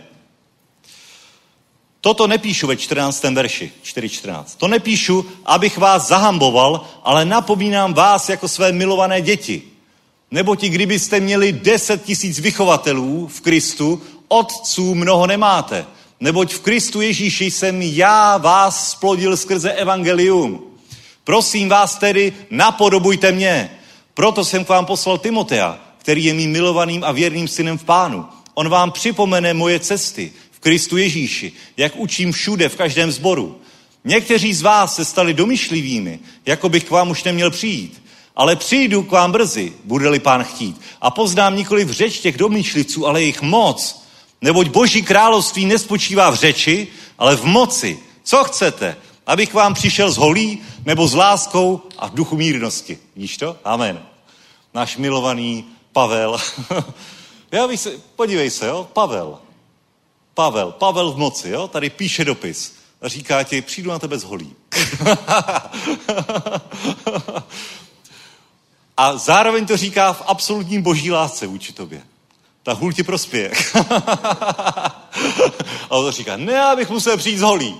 Toto nepíšu ve 14. verši, 4.14. To nepíšu, abych vás zahamboval, ale napomínám vás jako své milované děti. Neboť i kdybyste měli 10 000 vychovatelů v Kristu, otců mnoho nemáte. Neboť v Kristu Ježíši jsem já vás splodil skrze evangelium. Prosím vás tedy, napodobujte mě. Proto jsem k vám poslal Timotea, který je mým milovaným a věrným synem v Pánu. On vám připomene moje cesty v Kristu Ježíši, jak učím všude v každém sboru. Někteří z vás se stali domýšlivými, jako bych k vám už neměl přijít. Ale přijdu k vám brzy, bude-li Pán chtít. A poznám nikoli v řeč těch domýšlivců, ale jejich moc. Neboť Boží království nespočívá v řeči, ale v moci. Co chcete? Abych vám přišel s holí, nebo s láskou a v duchu mírnosti. Vidíš to? Amen. Náš milovaný Pavel. Podívej se, jo? Pavel v moci, jo? Tady píše dopis. A říká ti, přijdu na tebe s holí. A zároveň to říká v absolutním boží lásce vůči tobě. Ta hůl ti prospěje. A on to říká, ne, abych musel přijít z holí.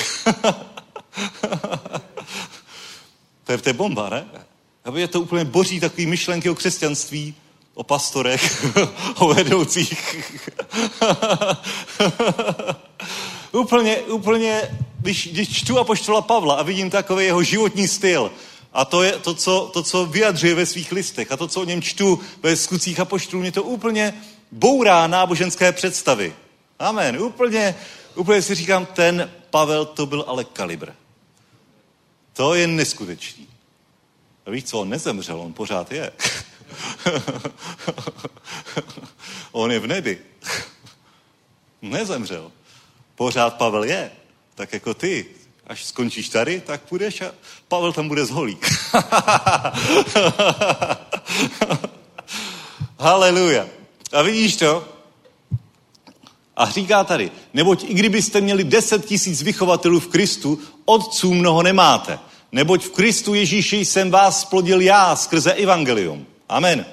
To je bomba, ne? Je to úplně boží takový myšlenky o křesťanství, o pastorech, o vedoucích. úplně, když čtu apoštola Pavla a vidím takový jeho životní styl, a to je to, co vyjadřuje ve svých listech, a to, co o něm čtu ve Skutcích apoštolů, mě to úplně bourá náboženské představy. Amen. Úplně si říkám, ten Pavel, to byl ale kalibr. To je neskutečný. A víš co, on nezemřel, on pořád je. On je v nebi. Nezemřel. Pořád Pavel je. Tak jako ty. Až skončíš tady, tak půjdeš a Pavel tam bude z holí. Haleluja. A vidíš to? A říká tady, neboť i kdybyste měli 10 000 vychovatelů v Kristu, otců mnoho nemáte. Neboť v Kristu Ježíši jsem vás splodil já skrze evangelium. Amen.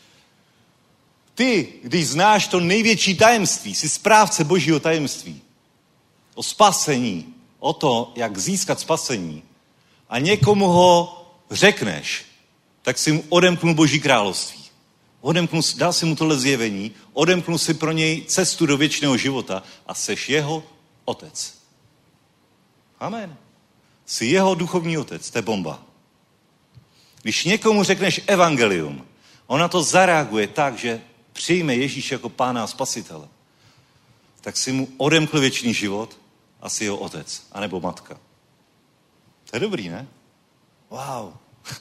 Ty, když znáš to největší tajemství, jsi správce božího tajemství, o spasení, o to, jak získat spasení, a někomu ho řekneš, tak si mu odemknul Boží království. Dal si mu tohle zjevení, odemknul si pro něj cestu do věčného života a seš jeho otec. Amen. Jsi jeho duchovní otec, to je bomba. Když někomu řekneš evangelium, on na to zareaguje tak, že přijme Ježíš jako Pána a Spasitele, tak si mu odemkl věčný život a jsi jeho otec, anebo matka. To je dobrý, ne? Wow.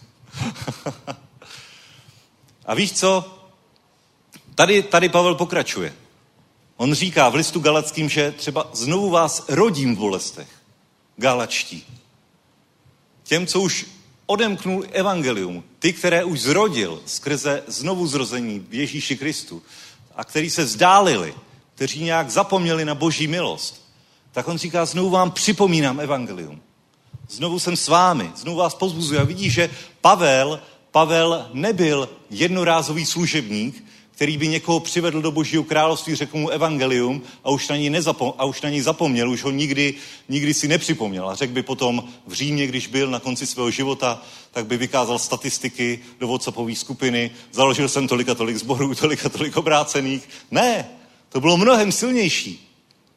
A víš co? Tady Pavel pokračuje. On říká v listu Galackým, že třeba znovu vás rodím v bolestech. Galačtí. Těm, co už odemknul evangelium, ty, které už zrodil skrze znovu zrození v Ježíši Kristu a který se vzdálili, kteří nějak zapomněli na Boží milost, tak on říká, znovu vám připomínám evangelium. Znovu jsem s vámi, znovu vás pozbuzuji. A vidíš, že Pavel nebyl jednorázový služebník, který by někoho přivedl do Božího království, řekl mu evangelium a už na něj zapomněl, už ho nikdy si nepřipomněl. A řekl by potom v Římě, když byl na konci svého života, tak by vykázal statistiky do WhatsAppové skupiny, založil jsem tolik a tolik sborů, tolik a tolik obrácených. Ne, to bylo mnohem silnější.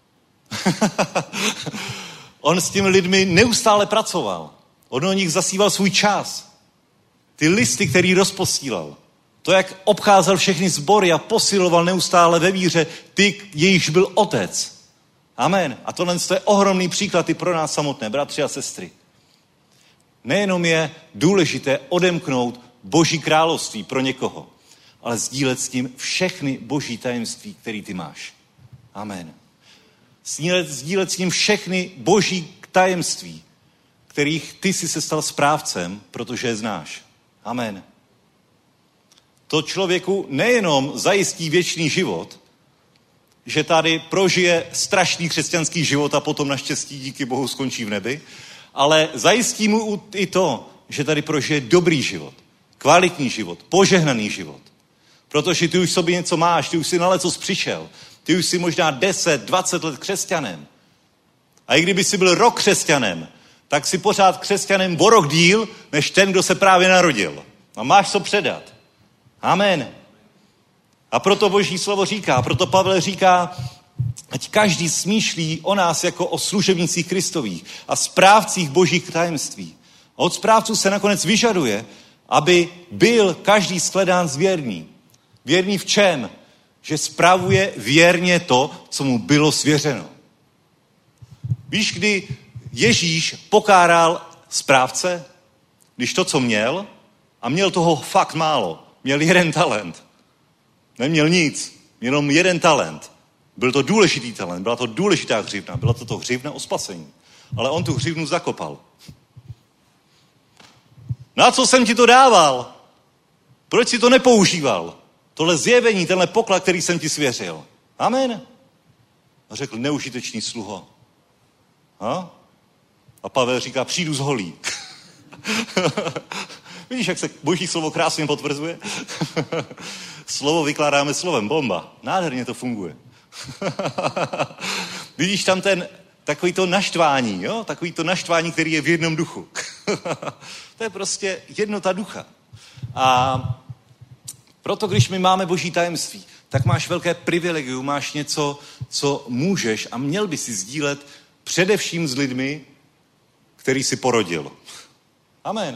On s těmi lidmi neustále pracoval. On o nich zasíval svůj čas. Ty listy, který rozposílal. To, jak obcházel všechny sbory a posiloval neustále ve víře ty, jejichž byl otec. Amen. A tohle je ohromný příklad i pro nás samotné, bratři a sestry. Nejenom je důležité odemknout Boží království pro někoho, ale sdílet s tím všechny Boží tajemství, který ty máš. Amen. Sdílet s ním všechny Boží tajemství, kterých ty jsi se stal správcem, protože je znáš. Amen. To člověku nejenom zajistí věčný život, že tady prožije strašný křesťanský život a potom naštěstí díky Bohu skončí v nebi, ale zajistí mu i to, že tady prožije dobrý život, kvalitní život, požehnaný život. Protože ty už v sobě něco máš, ty už si na lecos přišel, ty už si možná 10, 20 let křesťanem. A i kdyby si byl rok křesťanem, tak si pořád křesťanem o rok díl, než ten, kdo se právě narodil. A máš co předat. Amen. A proto Boží slovo říká, proto Pavel říká, ať každý smýšlí o nás jako o služebnicích Kristových a správcích Božích tajemství. A od správců se nakonec vyžaduje, aby byl každý shledán věrný. Věrný v čem? Že spravuje věrně to, co mu bylo svěřeno. Víš, kdy Ježíš pokáral správce? Když to, co měl, a měl toho fakt málo, měl 1 talent. Neměl nic, jenom 1 talent. Byl to důležitý talent, byla to důležitá hřivna, byla to hřivna o spasení. Ale on tu hřivnu zakopal. Na co jsem ti to dával? Proč si to nepoužíval? Tohle zjevení, tenhle poklad, který jsem ti svěřil. Amen. A řekl, neužitečný sluho. A Pavel říká, přijdu z holí. Vidíš, jak se Boží slovo krásně potvrzuje? Slovo vykládáme slovem, bomba. Nádherně to funguje. Vidíš tam takový to naštvání, jo? Takový to naštvání, který je v jednom duchu. To je prostě jednota ducha. A proto, když my máme Boží tajemství, tak máš velké privilegium, máš něco, co můžeš a měl by si sdílet především s lidmi, který si porodil. Amen.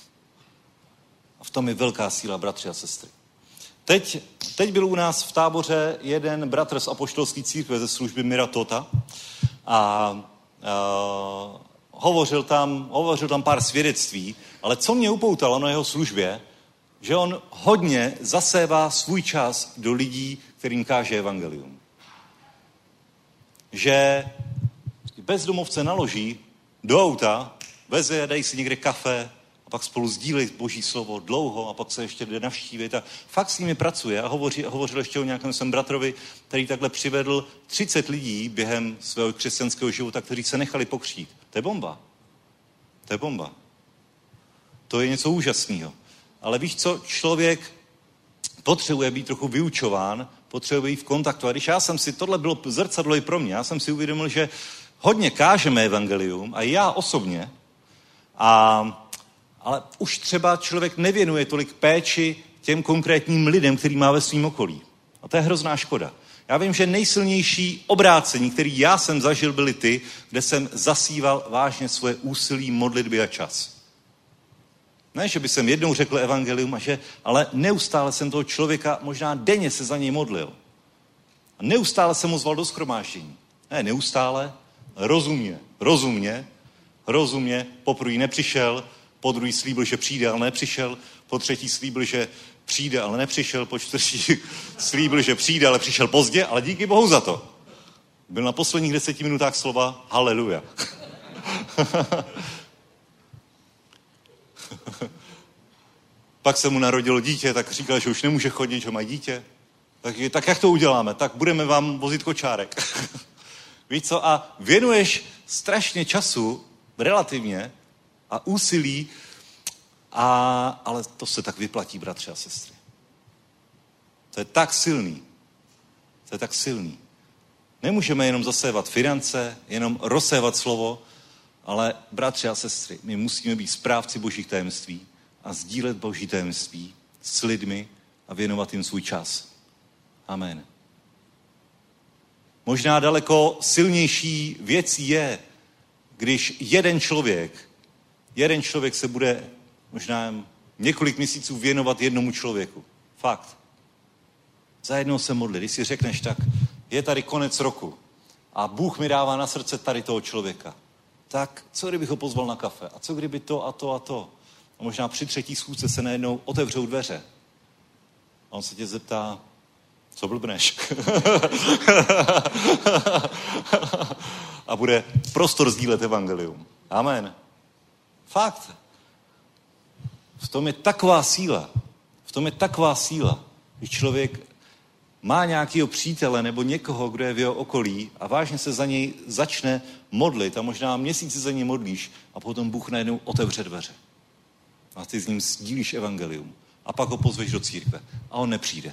A v tom je velká síla, bratři a sestry. Teď byl u nás v táboře jeden bratr z apoštolské církve ze služby Miratota a hovořil tam pár svědectví, ale co mě upoutalo na jeho službě, že on hodně zasévá svůj čas do lidí, kterým káže evangelium. Že bezdomovce naloží do auta, veze, dají si někde kafe a pak spolu sdílejí Boží slovo dlouho a pak se ještě jde navštívit a fakt s nimi pracuje a hovořil ještě o nějakém svém bratrovi, který takhle přivedl 30 lidí během svého křesťanského života, kteří se nechali pokřít. To je bomba. To je bomba. To je něco úžasného. Ale víš co, člověk potřebuje být trochu vyučován, potřebuje být v kontaktu. A když já jsem si, tohle bylo zrcadlo i pro mě, já jsem si uvědomil, že hodně kážeme evangelium a já osobně, ale už třeba člověk nevěnuje tolik péči těm konkrétním lidem, který má ve svém okolí. A to je hrozná škoda. Já vím, že nejsilnější obrácení, který já jsem zažil, byly ty, kde jsem zasíval vážně svoje úsilí, modlitby a čas. Ne, že by jsem jednou řekl evangelium, ale neustále jsem toho člověka, možná denně se za něj modlil. A neustále jsem ho zval do shromáždění. Ne, neustále, rozumně, poprvé nepřišel, po druhý slíbil, že přijde, ale nepřišel, po třetí slíbil, že přijde, ale nepřišel, po čtvrtý slíbil, že přijde, ale přišel pozdě, ale díky Bohu za to. Byl na posledních 10 minutách slova haleluja. Pak se mu narodilo dítě, tak říkal, že už nemůže chodit, že má dítě. Tak jak to uděláme? Tak budeme vám vozit kočárek. Víš co? A věnuješ strašně času, relativně, a úsilí, ale to se tak vyplatí, bratři a sestry. To je tak silný. To je tak silný. Nemůžeme jenom zasévat finance, jenom rozsévat slovo, ale bratři a sestry, my musíme být správci božích tajemství a sdílet boží tajemství s lidmi a věnovat jim svůj čas. Amen. Možná daleko silnější věcí je, když jeden člověk se bude možná několik měsíců věnovat jednomu člověku. Fakt. Za jednoho se modlit. Když si řekneš, tak je tady konec roku a Bůh mi dává na srdce tady toho člověka. Tak co kdybych ho pozval na kafe? A co kdyby to a to a to? A možná při třetí schůzce se najednou otevřou dveře. A on se tě zeptá, co blbneš? A bude prostor sdílet evangelium. Amen. Fakt. V tom je taková síla. Když člověk má nějakého přítele nebo někoho, kdo je v jeho okolí a vážně se za něj začne modlit a možná měsíce za něj modlíš a potom Bůh najednou otevře dveře. A ty s ním sdílíš evangelium. A pak ho pozveš do církve. A on nepřijde.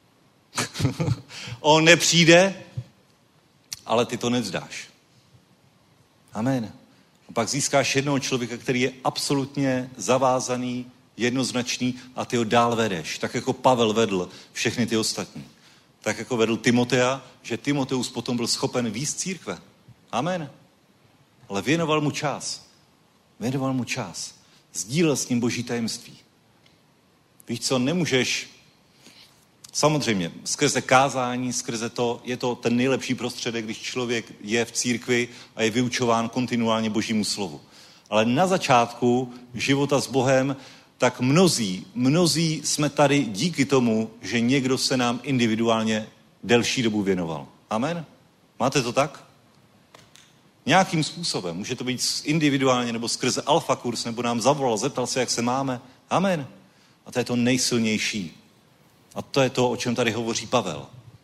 On nepřijde, ale ty to nevzdáš. Amen. A pak získáš jednoho člověka, který je absolutně zavázaný, jednoznačný a ty ho dál vedeš. Tak jako Pavel vedl všechny ty ostatní. Tak jako vedl Timotea, že Timoteus potom byl schopen vést církve. Amen. Ale věnoval mu čas. Sdílel s ním boží tajemství. Víš co, nemůžeš, samozřejmě, skrze kázání, skrze to, je to ten nejlepší prostředek, když člověk je v církvi a je vyučován kontinuálně božímu slovu. Ale na začátku života s Bohem, tak mnozí jsme tady díky tomu, že někdo se nám individuálně delší dobu věnoval. Amen? Máte to tak? Nějakým způsobem. Může to být individuálně nebo skrze alfa kurz, nebo nám zavolal, zeptal se, jak se máme. Amen. A to je to nejsilnější. A to je to, o čem tady hovoří Pavel.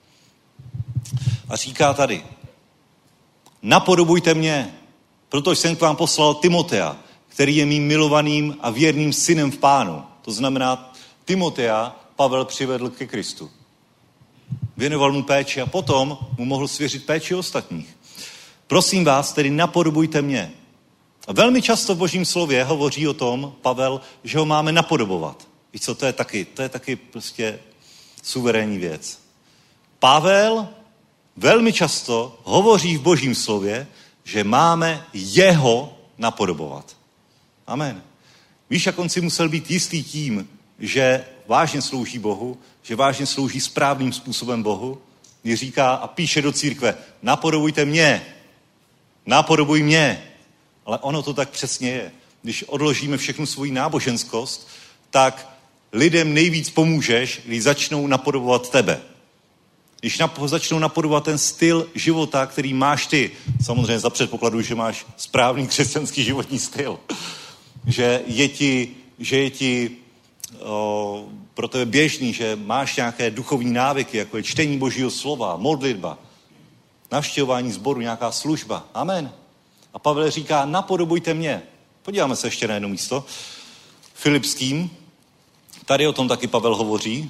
A říká tady, napodobujte mě, protože jsem k vám poslal Timotea, který je mým milovaným a věrným synem v Pánu. To znamená, Timotea Pavel přivedl ke Kristu. Věnoval mu péči a potom mu mohl svěřit péči ostatních. Prosím vás, tedy napodobujte mě. A velmi často v Božím slově hovoří o tom, Pavel, že ho máme napodobovat. Víš co, to je taky prostě suverénní věc. Pavel velmi často hovoří v Božím slově, že máme jeho napodobovat. Amen. Víš, jak on si musel být jistý tím, že vážně slouží Bohu, že vážně slouží správným způsobem Bohu, když říká a píše do církve, napodobuj mě. Ale ono to tak přesně je. Když odložíme všechnu svoji náboženskost, tak lidem nejvíc pomůžeš, když začnou napodobovat tebe. Když začnou napodobovat ten styl života, který máš ty, samozřejmě za předpokladu, že máš správný křesťanský životní styl, že je ti pro tebe běžný, že máš nějaké duchovní návyky, jako je čtení Božího slova, modlitba, navštěvování sboru, nějaká služba. Amen. A Pavel říká, napodobujte mě. Podíváme se ještě na jedno místo. Filipským. Tady o tom taky Pavel hovoří.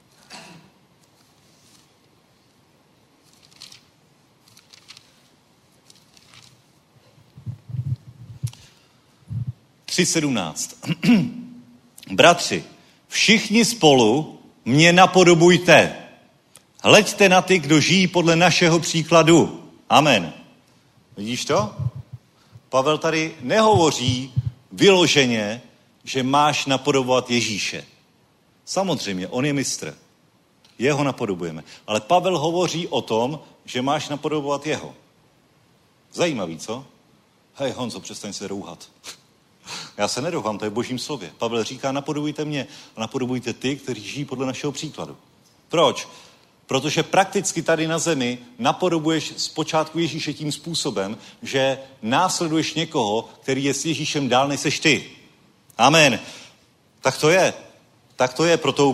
Bratři, všichni spolu mě napodobujte. Hleďte na ty, kdo žijí podle našeho příkladu. Amen. Vidíš to? Pavel tady nehovoří vyloženě, že máš napodobovat Ježíše. Samozřejmě, on je mistr. Jeho napodobujeme. Ale Pavel hovoří o tom, že máš napodobovat jeho. Zajímavý, co? Hej, Honzo, přestaň se rouhat. Já se nerouhám, to je v Božím slově. Pavel říká, napodobujte mě a napodobujte ty, kteří žijí podle našeho příkladu. Proč? Protože prakticky tady na zemi napodobuješ zpočátku Ježíše tím způsobem, že následuješ někoho, který je s Ježíšem dál, než seš ty. Amen. Tak to je. Tak to je, proto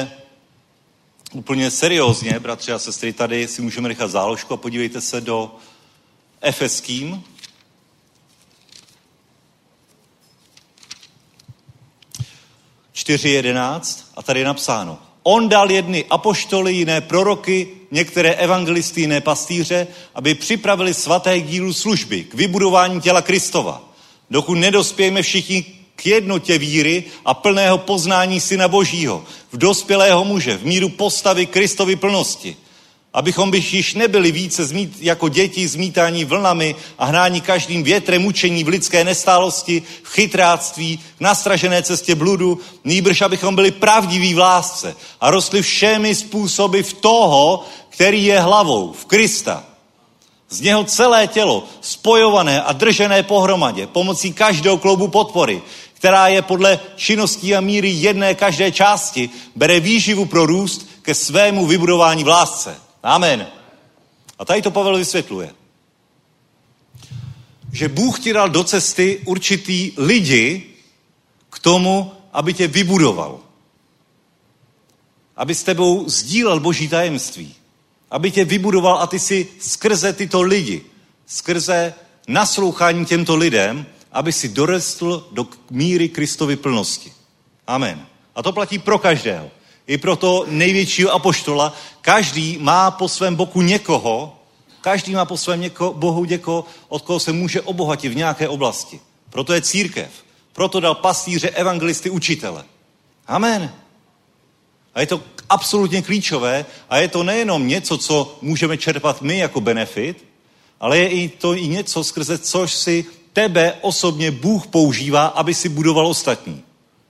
úplně seriózně, bratři a sestry, tady si můžeme nechat záložku a podívejte se do Efeským. (4:11) a tady je napsáno. On dal jedny apoštoly, jiné proroky, některé evangelisty, jiné pastýře, aby připravili svaté k dílu služby, k vybudování těla Kristova. Dokud nedospějeme všichni k jednotě víry a plného poznání Syna Božího, v dospělého muže, v míru postavy Kristovy plnosti. Abychom již nebyli více jako děti zmítání vlnami a hnání každým větrem učení v lidské nestálosti, v chytráctví, v nastražené cestě bludu, nýbrž abychom byli pravdiví v lásce a rostli všemi způsoby v toho, který je hlavou, v Krista. Z něho celé tělo, spojované a držené pohromadě, pomocí každého kloubu podpory, která je podle činností a míry jedné každé části, bere výživu pro růst ke svému vybudování v lásce. Amen. A tady to Pavel vysvětluje. Že Bůh ti dal do cesty určitý lidi k tomu, aby tě vybudoval. Aby s tebou sdílel Boží tajemství. Aby tě vybudoval a ty si skrze tyto lidi, skrze naslouchání těmto lidem, aby si dorostl do míry Kristovy plnosti. Amen. A to platí pro každého. I pro toho největšího apoštola. Každý má po svém boku někoho, bohu někoho, od koho se může obohatit v nějaké oblasti. Proto je církev. Proto dal pastýře, evangelisty, učitele. Amen. A je to absolutně klíčové a je to nejenom něco, co můžeme čerpat my jako benefit, ale je to i něco, skrze což si tebe osobně Bůh používá, aby si budoval ostatní.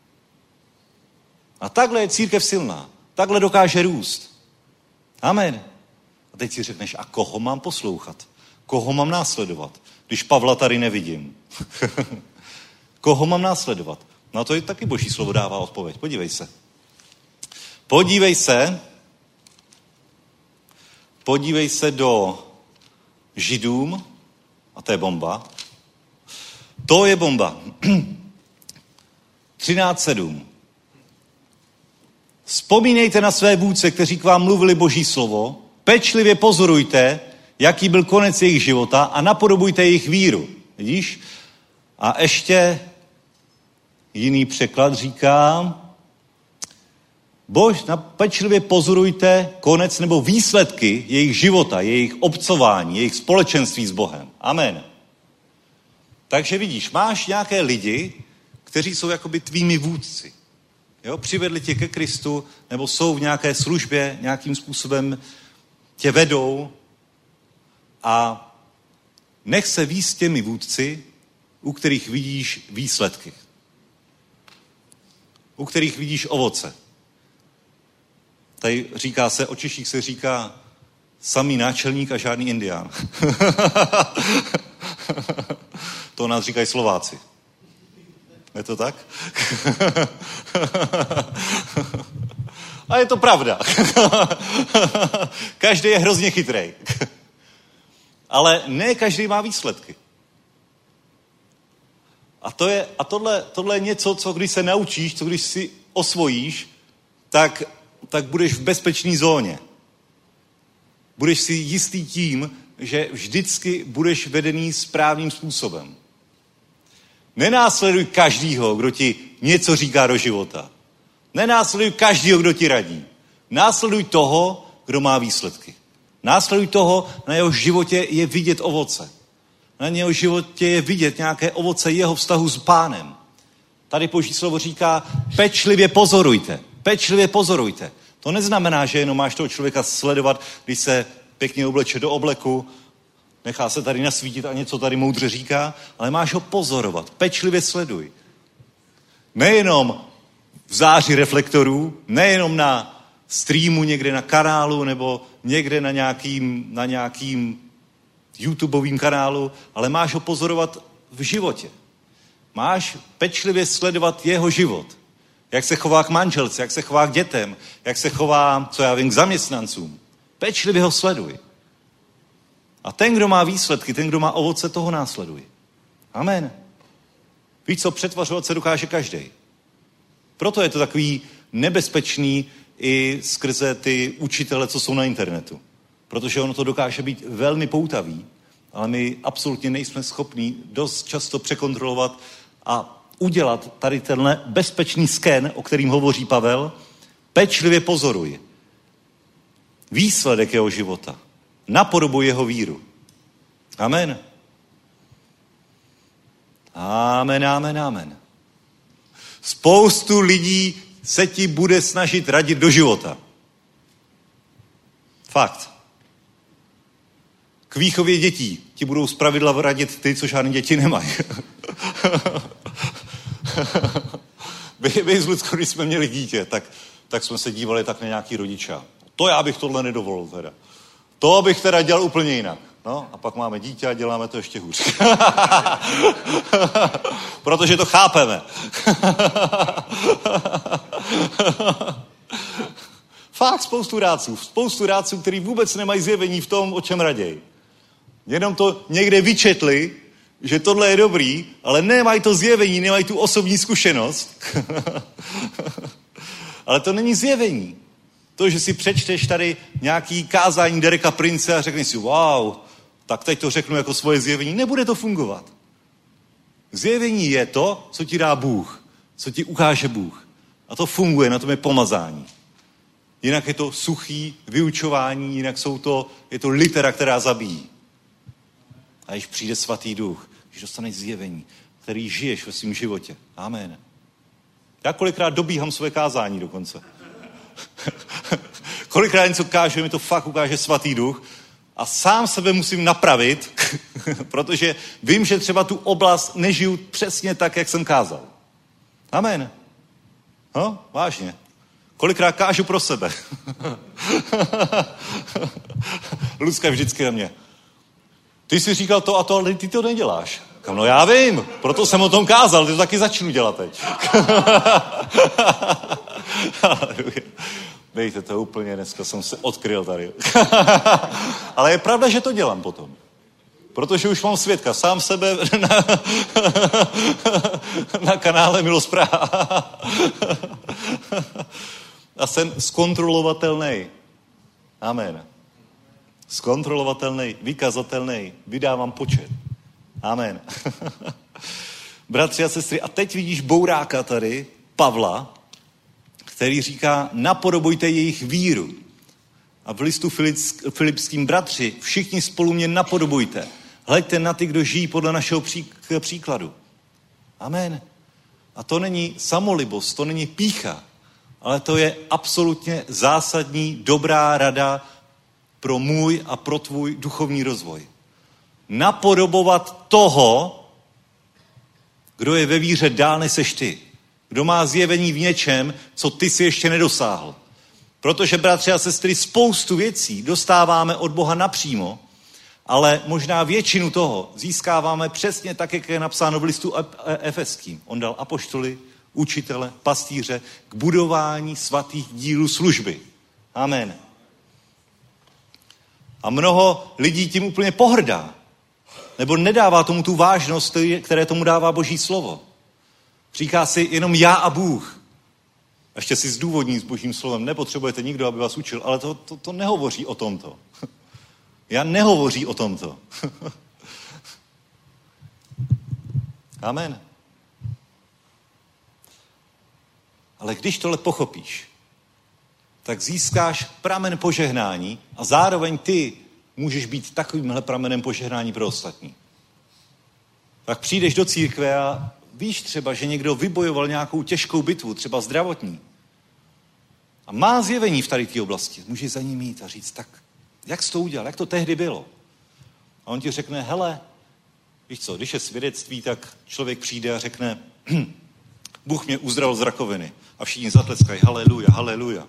A takhle je církev silná. Takhle dokáže růst. Amen. A teď si řekneš, a koho mám poslouchat? Koho mám následovat? Když Pavla tady nevidím. Koho mám následovat? No to je taky Boží slovo dává odpověď. Podívej se do Židům, a to je bomba. To je bomba. 13:7. Vzpomínejte na své vůdce, kteří k vám mluvili Boží slovo, pečlivě pozorujte, jaký byl konec jejich života a napodobujte jejich víru. Vidíš? A ještě jiný překlad říká, pečlivě pozorujte konec nebo výsledky jejich života, jejich obcování, jejich společenství s Bohem. Amen. Takže vidíš, máš nějaké lidi, kteří jsou jakoby tvými vůdci. Jo? Přivedli tě ke Kristu, nebo jsou v nějaké službě, nějakým způsobem tě vedou a nech se vést těmi vůdci, u kterých vidíš výsledky. U kterých vidíš ovoce. Tady říká se, o Češích se říká samý náčelník a žádný indián. To nás říkají Slováci. Je to tak? A je to pravda. Každý je hrozně chytrej. Ale ne každý má výsledky. A tohle je něco, co když se naučíš, co když si osvojíš, tak budeš v bezpečné zóně. Budeš si jistý tím, že vždycky budeš vedený správným způsobem. Nenásleduj každýho, kdo ti něco říká do života. Nenásleduj každýho, kdo ti radí. Následuj toho, kdo má výsledky. Následuj toho, na jeho životě je vidět ovoce. Na jeho životě je vidět nějaké ovoce jeho vztahu s Pánem. Tady Boží slovo říká, pečlivě pozorujte. Pečlivě pozorujte. To neznamená, že jenom máš toho člověka sledovat, když se pěkně obleče do obleku, nechá se tady nasvítit a něco tady moudře říká, ale máš ho pozorovat. Pečlivě sleduj. Nejenom v záři reflektorů, nejenom na streamu někde na kanálu nebo někde na nějakým YouTubeovým kanálu, ale máš ho pozorovat v životě. Máš pečlivě sledovat jeho život. Jak se chová k manželce, jak se chová k dětem, jak se chová, k zaměstnancům. Pečlivě ho sleduj. A ten, kdo má výsledky, ten, kdo má ovoce, toho následuj. Amen. Víš co, přetvařovat se dokáže každý. Proto je to takový nebezpečný i skrze ty učitele, co jsou na internetu. Protože ono to dokáže být velmi poutavý, ale my absolutně nejsme schopní dost často překontrolovat a udělat tady tenhle bezpečný sken, o kterým hovoří Pavel, Pečlivě pozoruj výsledek jeho života. Napodobuj jeho víru. Amen. Amen, amen, amen. Spoustu lidí se ti bude snažit radit do života. Fakt. K výchově dětí ti budou zpravidla radit ty, co žádné děti nemají. My s Ludskou, když jsme měli dítě, tak jsme se dívali tak na nějaký rodiča. To já bych tohle nedovolil teda. To bych teda dělal úplně jinak. No, a pak máme dítě a děláme to ještě hůř. Protože to chápeme. Fakt spoustu rádců, který vůbec nemají zjevení v tom, o čem raději. Jenom to někde vyčetli, že tohle je dobrý, ale nemají to zjevení, nemají tu osobní zkušenost. Ale to není zjevení. To, že si přečteš tady nějaký kázání Dereka Prince a řekneš si, wow, tak teď to řeknu jako svoje zjevení. Nebude to fungovat. Zjevení je to, co ti dá Bůh, co ti ukáže Bůh. A to funguje, na tom je pomazání. Jinak je to suchý vyučování, jinak je to litera, která zabíjí. A když přijde Svatý Duch, když dostaneš zjevení, který žiješ ve svém životě. Amen. Já kolikrát dobíhám své kázání dokonce. Kolikrát něco kážu, mi to fakt ukáže Svatý Duch a sám sebe musím napravit, protože vím, že třeba tu oblast nežiju přesně tak, jak jsem kázal. Amen. No, vážně. Kolikrát kážu pro sebe. Lucka je vždycky na mě. Ty jsi říkal to a to, ale ty to neděláš. No já vím, proto jsem o tom kázal, ty to taky začnu dělat teď. Dejte to úplně, dneska jsem se odkryl tady. Ale je pravda, že to dělám potom. Protože už mám svědka, sám sebe na kanále Milost Praha. A jsem zkontrolovatelný. Amen. Zkontrolovatelný, vykazatelný, vydávám počet. Amen. Bratři a sestry, a teď vidíš bouráka tady, Pavla, který říká, napodobujte jejich víru. A v listu Filipským, bratři, všichni spolu mě napodobujte. Hleďte na ty, kdo žijí podle našeho příkladu. Amen. A to není samolibost, to není pýcha, ale to je absolutně zásadní, dobrá rada pro můj a pro tvůj duchovní rozvoj. Napodobovat toho, kdo je ve víře dál než seš ty. Kdo má zjevení v něčem, co ty si ještě nedosáhl. Protože, bratři a sestry, spoustu věcí dostáváme od Boha napřímo, ale možná většinu toho získáváme přesně tak, jak je napsáno v listu Efeským. On dal apoštoly, učitele, pastýře k budování svatých dílů služby. Amen. A mnoho lidí tím úplně pohrdá. Nebo nedává tomu tu vážnost, které tomu dává Boží slovo. Říká si jenom já a Bůh. Ještě si zdůvodní s Božím slovem. Nepotřebujete nikdo, aby vás učil, ale to nehovoří o tomto. Já nehovoří o tomto. Amen. Ale když tohle pochopíš, tak získáš pramen požehnání a zároveň ty můžeš být takovýmhle pramenem požehnání pro ostatní. Tak přijdeš do církve a víš třeba, že někdo vybojoval nějakou těžkou bitvu, třeba zdravotní. A má zjevení v tady té oblasti. Můžeš za ním jít a říct, tak jak jsi to udělal, jak to tehdy bylo? A on ti řekne, hele, víš co, když je svědectví, tak člověk přijde a řekne, Bůh mě uzdravil z rakoviny. A všichni zatleskají, haleluja, haleluja.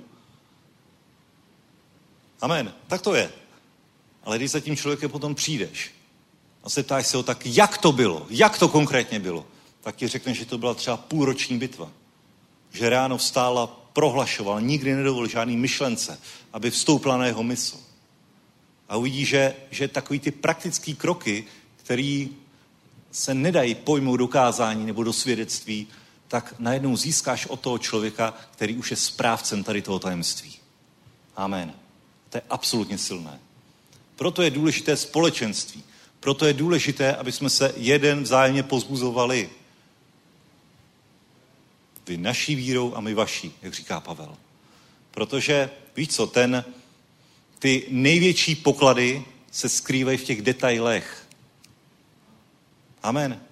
Amen, tak to je. Ale když za tím člověkem potom přijdeš a se ptáš se ho, tak jak to bylo, jak to konkrétně bylo, tak ti řekne, že to byla třeba půlroční bitva. Že ráno vstál a prohlašoval, nikdy nedovolil žádný myšlence, aby vstoupila na jeho mysl. A uvidí, že takový ty praktický kroky, který se nedají pojmout do kázání nebo do svědectví, tak najednou získáš od toho člověka, který už je správcem tady toho tajemství. Amen. To je absolutně silné. Proto je důležité společenství. Proto je důležité, aby jsme se jeden vzájemně pozbuzovali. Vy naší vírou a my vaší, jak říká Pavel. Protože, víš co, ty největší poklady se skrývají v těch detailech. Amen.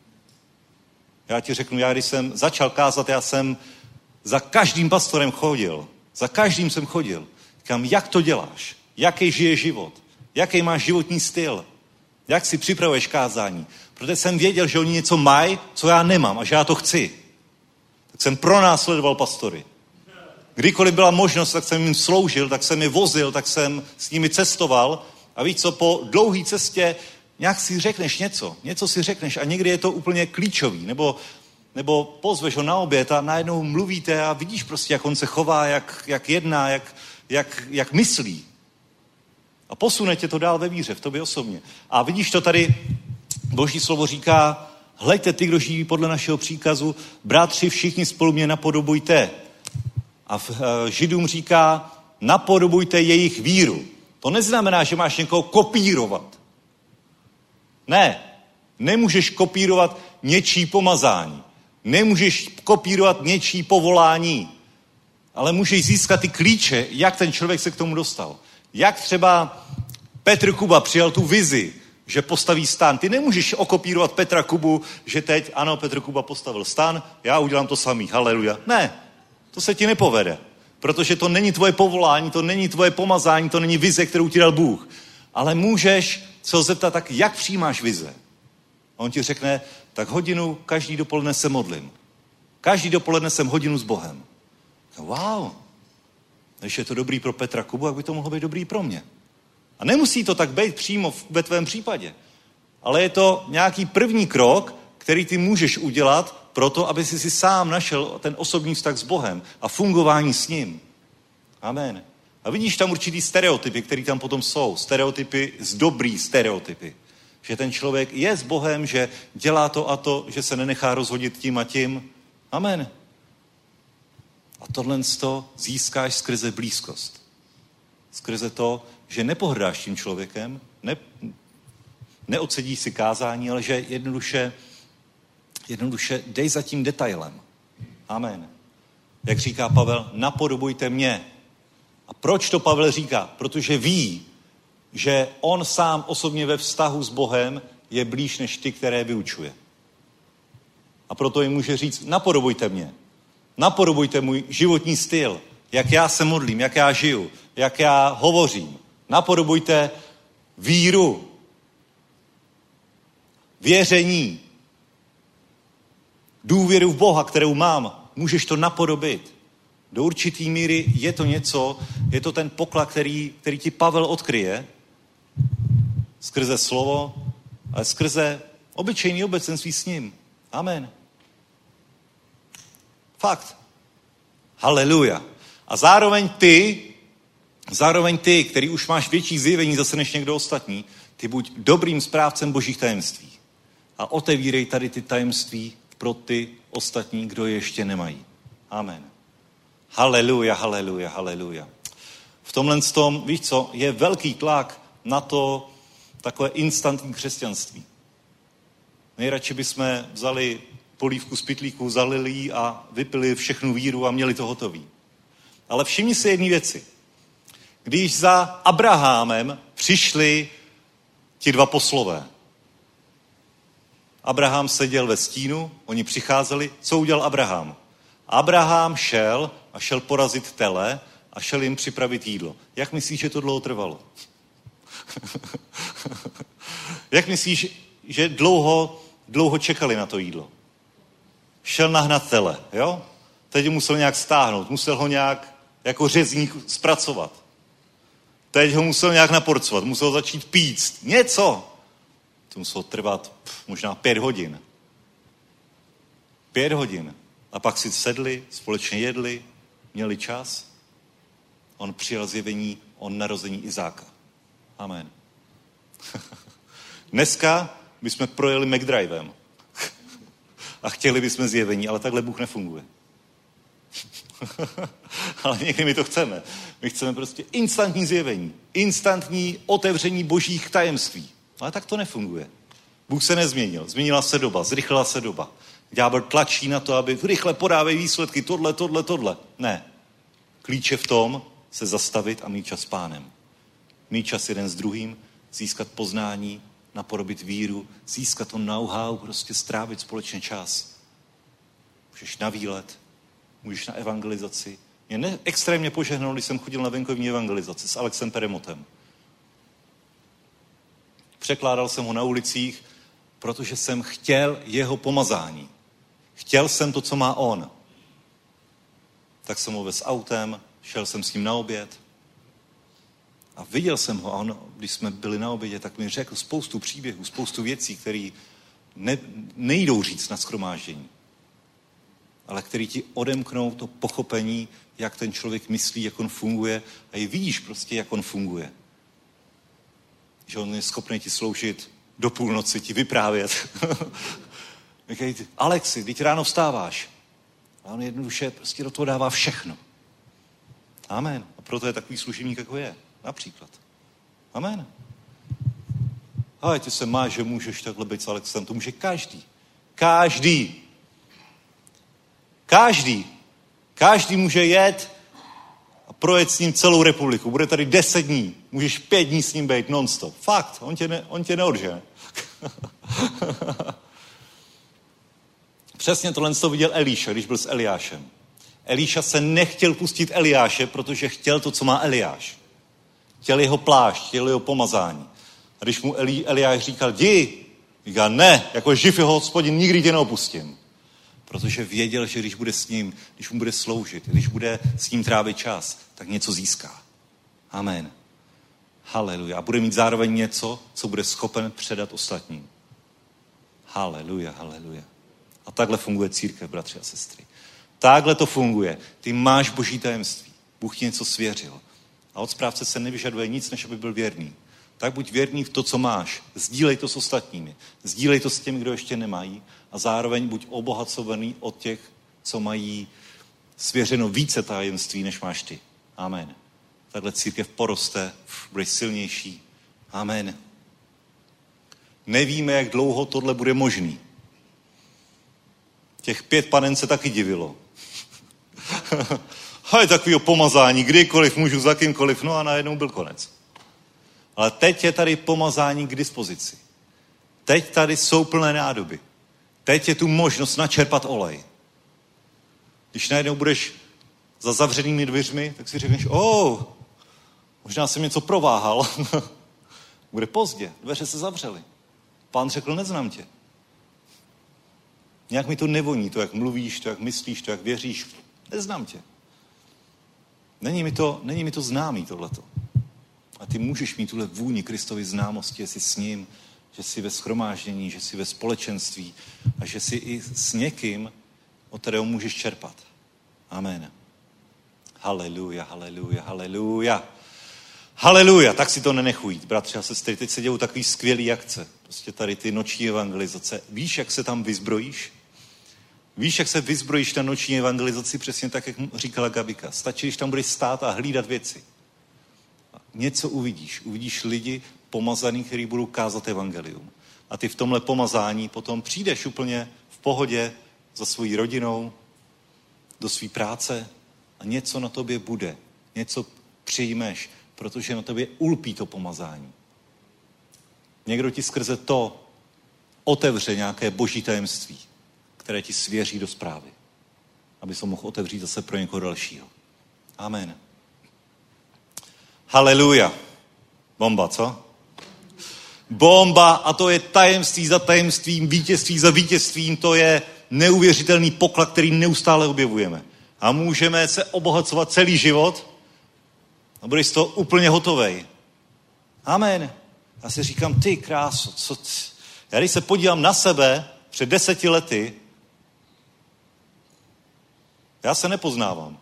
Já ti řeknu, já když jsem začal kázat, já jsem za každým pastorem chodil. Za každým jsem chodil. Říkám, jak to děláš? Jaký žiješ život? Jaký máš životní styl? Jak si připravuješ kázání? Protože jsem věděl, že oni něco mají, co já nemám a že já to chci. Tak jsem pronásledoval pastory. Kdykoliv byla možnost, tak jsem jim sloužil, tak jsem je vozil, tak jsem s nimi cestoval. A víš co, po dlouhé cestě nějak si řekneš něco si řekneš a někdy je to úplně klíčový. Nebo pozveš ho na oběd a najednou mluvíte a vidíš prostě, jak on se chová, jak jedná, jak myslí. A posune tě to dál ve víře, v tobě osobně. A vidíš to tady, Boží slovo říká, hleďte ty, kdo žijí podle našeho příkazu, bratři, všichni spolu mě napodobujte. A Židům říká, napodobujte jejich víru. To neznamená, že máš někoho kopírovat. Ne, nemůžeš kopírovat něčí pomazání. Nemůžeš kopírovat něčí povolání. Ale můžeš získat ty klíče, jak ten člověk se k tomu dostal. Jak třeba Petr Kuba přijal tu vizi, že postaví stan. Ty nemůžeš okopírovat Petra Kubu, že teď, ano, Petr Kuba postavil stan, já udělám to samý, haleluja. Ne, to se ti nepovede, protože to není tvoje povolání, to není tvoje pomazání, to není vize, kterou ti dal Bůh. Ale můžeš se ho zeptat, tak jak přijímáš vize? A on ti řekne, tak hodinu každý dopoledne se modlím. Každý dopoledne jsem hodinu s Bohem. Wow, když je to dobrý pro Petra Kubu, jak by to mohlo být dobrý pro mě. A nemusí to tak být přímo ve tvém případě. Ale je to nějaký první krok, který ty můžeš udělat proto, aby si sám našel ten osobní vztah s Bohem a fungování s ním. Amen. A vidíš tam určitý stereotypy, které tam potom jsou. Stereotypy z dobrý stereotypy. Že ten člověk je s Bohem, že dělá to a to, že se nenechá rozhodit tím a tím. Amen. A tohle získáš skrze blízkost. Skrze to, že nepohrdáš tím člověkem, neodsedíš si kázání, ale že jednoduše dej za tím detailem. Amen. Jak říká Pavel, napodobujte mě. A proč to Pavel říká? Protože ví, že on sám osobně ve vztahu s Bohem je blíž než ty, které vyučuje. A proto jim může říct, napodobujte mě. Napodobujte můj životní styl, jak já se modlím, jak já žiju, jak já hovořím. Napodobujte víru, věření, důvěru v Boha, kterou mám. Můžeš to napodobit. Do určitý míry je to něco, je to ten poklad, který ti Pavel odkryje skrze slovo, ale skrze obyčejný obecenství s ním. Amen. Fakt. Haleluja. A zároveň ty, který už máš větší zjevení zase než někdo ostatní, ty buď dobrým správcem božích tajemství. A otevírej tady ty tajemství pro ty ostatní, kdo je ještě nemají. Amen. Haleluja, haleluja, haleluja. V tomhle tom, víš co, je velký tlak na to takové instantní křesťanství. Nejradši bychom vzali polívku z pytlíku, zalili ji a vypili všechnu víru a měli to hotový. Ale všimni si jedné věci. Když za Abrahamem přišli ti dva poslové. Abraham seděl ve stínu, oni přicházeli. Co udělal Abraham? Abraham šel porazit tele a šel jim připravit jídlo. Jak myslíš, že to dlouho trvalo? Jak myslíš, že dlouho čekali na to jídlo? Šel nahnat tele, jo? Teď ho musel nějak stáhnout, musel ho nějak jako řezník zpracovat. Teď ho musel nějak naporcovat, musel začít píct. Něco. To muselo trvat možná 5 hodin. 5 hodin. A pak si sedli, společně jedli, měli čas. On přijal zjevení o narození Izáka. Amen. Dneska bychom projeli McDrivem. A chtěli bychom zjevení, ale takhle Bůh nefunguje. Ale někdy my to chceme. My chceme prostě instantní zjevení. Instantní otevření božích tajemství. Ale tak to nefunguje. Bůh se nezměnil. Změnila se doba, zrychlila se doba. Ďábel tlačí na to, aby rychle podávej výsledky, tohle. Ne. Klíč je v tom se zastavit a mít čas s Pánem. Mít čas jeden s druhým, získat poznání, napodobit víru, získat to know-how, prostě strávit společně čas. Můžeš na výlet, můžeš na evangelizaci. Mě extrémně požehnalo, když jsem chodil na venkovní evangelizaci s Alexem Peremotem. Překládal jsem ho na ulicích, protože jsem chtěl jeho pomazání. Chtěl jsem to, co má on. Tak jsem ho vezl autem, šel jsem s ním na oběd a viděl jsem ho a on, když jsme byli na obědě, tak mi řekl spoustu příběhů, spoustu věcí, které nejdou říct na shromáždění, ale který ti odemknou to pochopení, jak ten člověk myslí, jak on funguje a i vidíš prostě, jak on funguje. Že on je schopný ti sloužit do půlnoci, ti vyprávět. Říkají, Alexi, teď ráno vstáváš. A on jednoduše prostě do toho dává všechno. Amen. A proto je takový služebník, jako je. Například. Amen. A ty se máš, že můžeš takhle být s Alexem. To může každý. Každý. Každý. Každý může jet a projet s ním celou republiku. Bude tady 10 dní. Můžeš 5 dní s ním být non-stop. Fakt. On tě neodžene. Přesně tohle to viděl Elíša, když byl s Eliášem. Elíša se nechtěl pustit Eliáše, protože chtěl to, co má Eliáš. Chtěl jeho plášť, chtěl jeho pomazání. A když mu Eliáš říkal, jdi, říkal, ne, jako živ jeho Hospodin, nikdy tě neopustím. Protože věděl, že když bude s ním, když mu bude sloužit, když bude s ním trávit čas, tak něco získá. Amen. Haleluja. A bude mít zároveň něco, co bude schopen předat ostatním. Haleluja, haleluja. A takhle funguje církev, bratři a sestry. Takhle to funguje. Ty máš boží tajemství. Bůh ti něco svěřil. A od správce se nevyžaduje nic, než aby byl věrný. Tak buď věrný v to, co máš. Sdílej to s ostatními. Sdílej to s těmi, kdo ještě nemají. A zároveň buď obohacovaný od těch, co mají svěřeno více tajemství, než máš ty. Amen. Takhle církev poroste, budeš silnější. Amen. Nevíme, jak dlouho tohle bude možný. Těch 5 panen se taky divilo. A je takovýho pomazání, kdykoliv můžu za kýmkoliv, no a najednou byl konec. Ale teď je tady pomazání k dispozici. Teď tady jsou plné nádoby. Teď je tu možnost načerpat olej. Když najednou budeš za zavřenými dveřmi, tak si řekneš, možná jsem něco prováhal. Bude pozdě, dveře se zavřely. Pán řekl, neznám tě. Nějak mi to nevoní, to, jak mluvíš, to, jak myslíš, to, jak věříš. Neznám tě. Není mi to známý, tohleto. A ty můžeš mít tuhle vůni Kristovy známosti, že jsi s ním, že jsi ve shromáždění, že jsi ve společenství a že jsi i s někým, od kterého můžeš čerpat. Amen. Haleluja, haleluja, haleluja. Haleluja, tak si to nenechujít, bratři a sestry. Teď se dějou takový skvělý akce. Prostě tady ty noční evangelizace. Víš, jak se tam vyzbrojíš? Víš, jak se vyzbrojíš na noční evangelizaci? Přesně tak, jak říkala Gabika. Stačí, když tam budeš stát a hlídat věci. A něco uvidíš. Uvidíš lidi pomazaný, kteří budou kázat evangelium. A ty v tomhle pomazání potom přijdeš úplně v pohodě za svojí rodinou, do své práce a něco na tobě bude. Něco přijmeš, protože na tobě ulpí to pomazání. Někdo ti skrze to otevře nějaké boží tajemství, které ti svěří do zprávy, aby se mohl otevřít zase pro někoho dalšího. Amen. Haleluja. Bomba, co? Bomba, a to je tajemství za tajemstvím, vítězství za vítězstvím, to je neuvěřitelný poklad, který neustále objevujeme. A můžeme se obohacovat celý život a budeš z toho úplně hotovej. Amen. Já si říkám, ty kráso, já když se podívám na sebe před 10 lety, já se nepoznávám.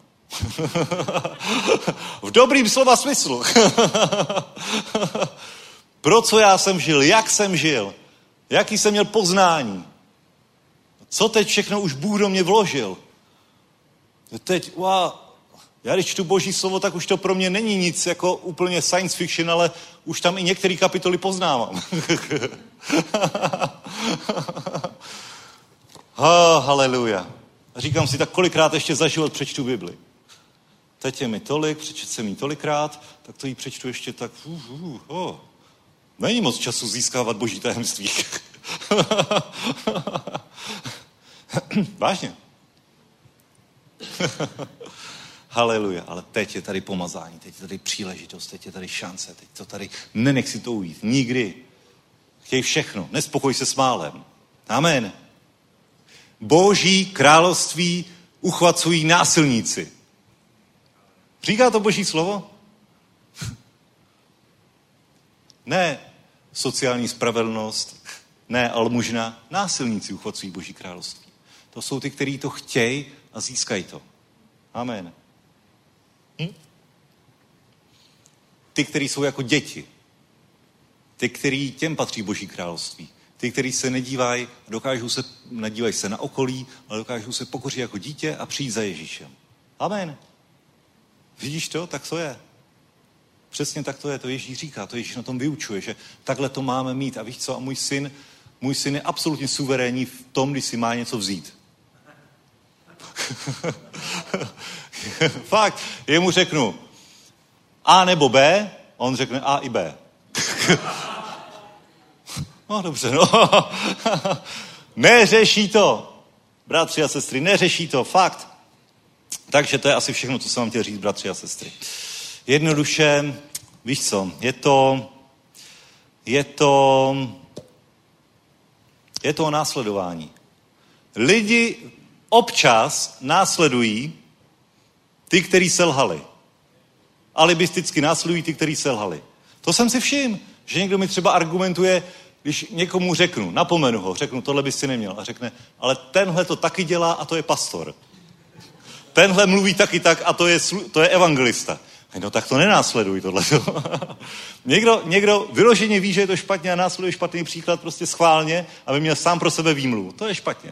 V dobrým slova smyslu. Pro co já jsem žil, jak jsem žil, jaký jsem měl poznání. Co teď všechno už Bůh do mě vložil. Teď, já když čtu Boží slovo, tak už to pro mě není nic jako úplně science fiction, ale už tam i některé kapitoly poznávám. Haleluja. Říkám si, tak kolikrát ještě za život přečtu Bibli. Teď je mi tolik, přečet jsem jí tolikrát, tak to jí přečtu ještě tak. Není moc času získávat boží tajemství. Vážně. Haleluja, ale teď je tady pomazání, teď je tady příležitost, teď je tady šance, teď to tady, nenech si to ujít, nikdy. Chtěj všechno, nespokoj se s málem. Amen. Boží království uchvacují násilníci. Říká to Boží slovo? Ne sociální spravedlnost, ne almužna, násilníci uchvacují Boží království. To jsou ty, kteří to chtějí a získají to. Amen. Ty, kteří jsou jako děti. Ty, kteří těm patří Boží království. Ty, kteří se nedívají se na okolí, ale dokážou se pokořit jako dítě a přijít za Ježíšem. Amen. Vidíš to? Tak to je. Přesně tak to je. To Ježíš říká, to Ježíš na tom vyučuje, že takhle to máme mít. A víš co? A můj syn je absolutně suverénní v tom, když si má něco vzít. Fakt. Jemu řeknu A nebo B, on řekne A i B. No dobře, no. Neřeší to. Bratři a sestry, neřeší to. Fakt. Takže to je asi všechno, co jsem vám chtěl říct, bratři a sestry. Jednoduše, víš co, je to o následování. Lidi občas následují ty, kteří selhali. Alibisticky následují ty, kteří selhali. To jsem si všiml, že někdo mi třeba argumentuje, když někomu napomenu ho, řeknu, tohle bys si neměl. A řekne, ale tenhle to taky dělá a to je pastor. Tenhle mluví taky tak a to je evangelista. No tak to nenásleduj tohleto. někdo vyloženě ví, že je to špatně a následuje špatný příklad prostě schválně, aby měl sám pro sebe výmluvu. To je špatně.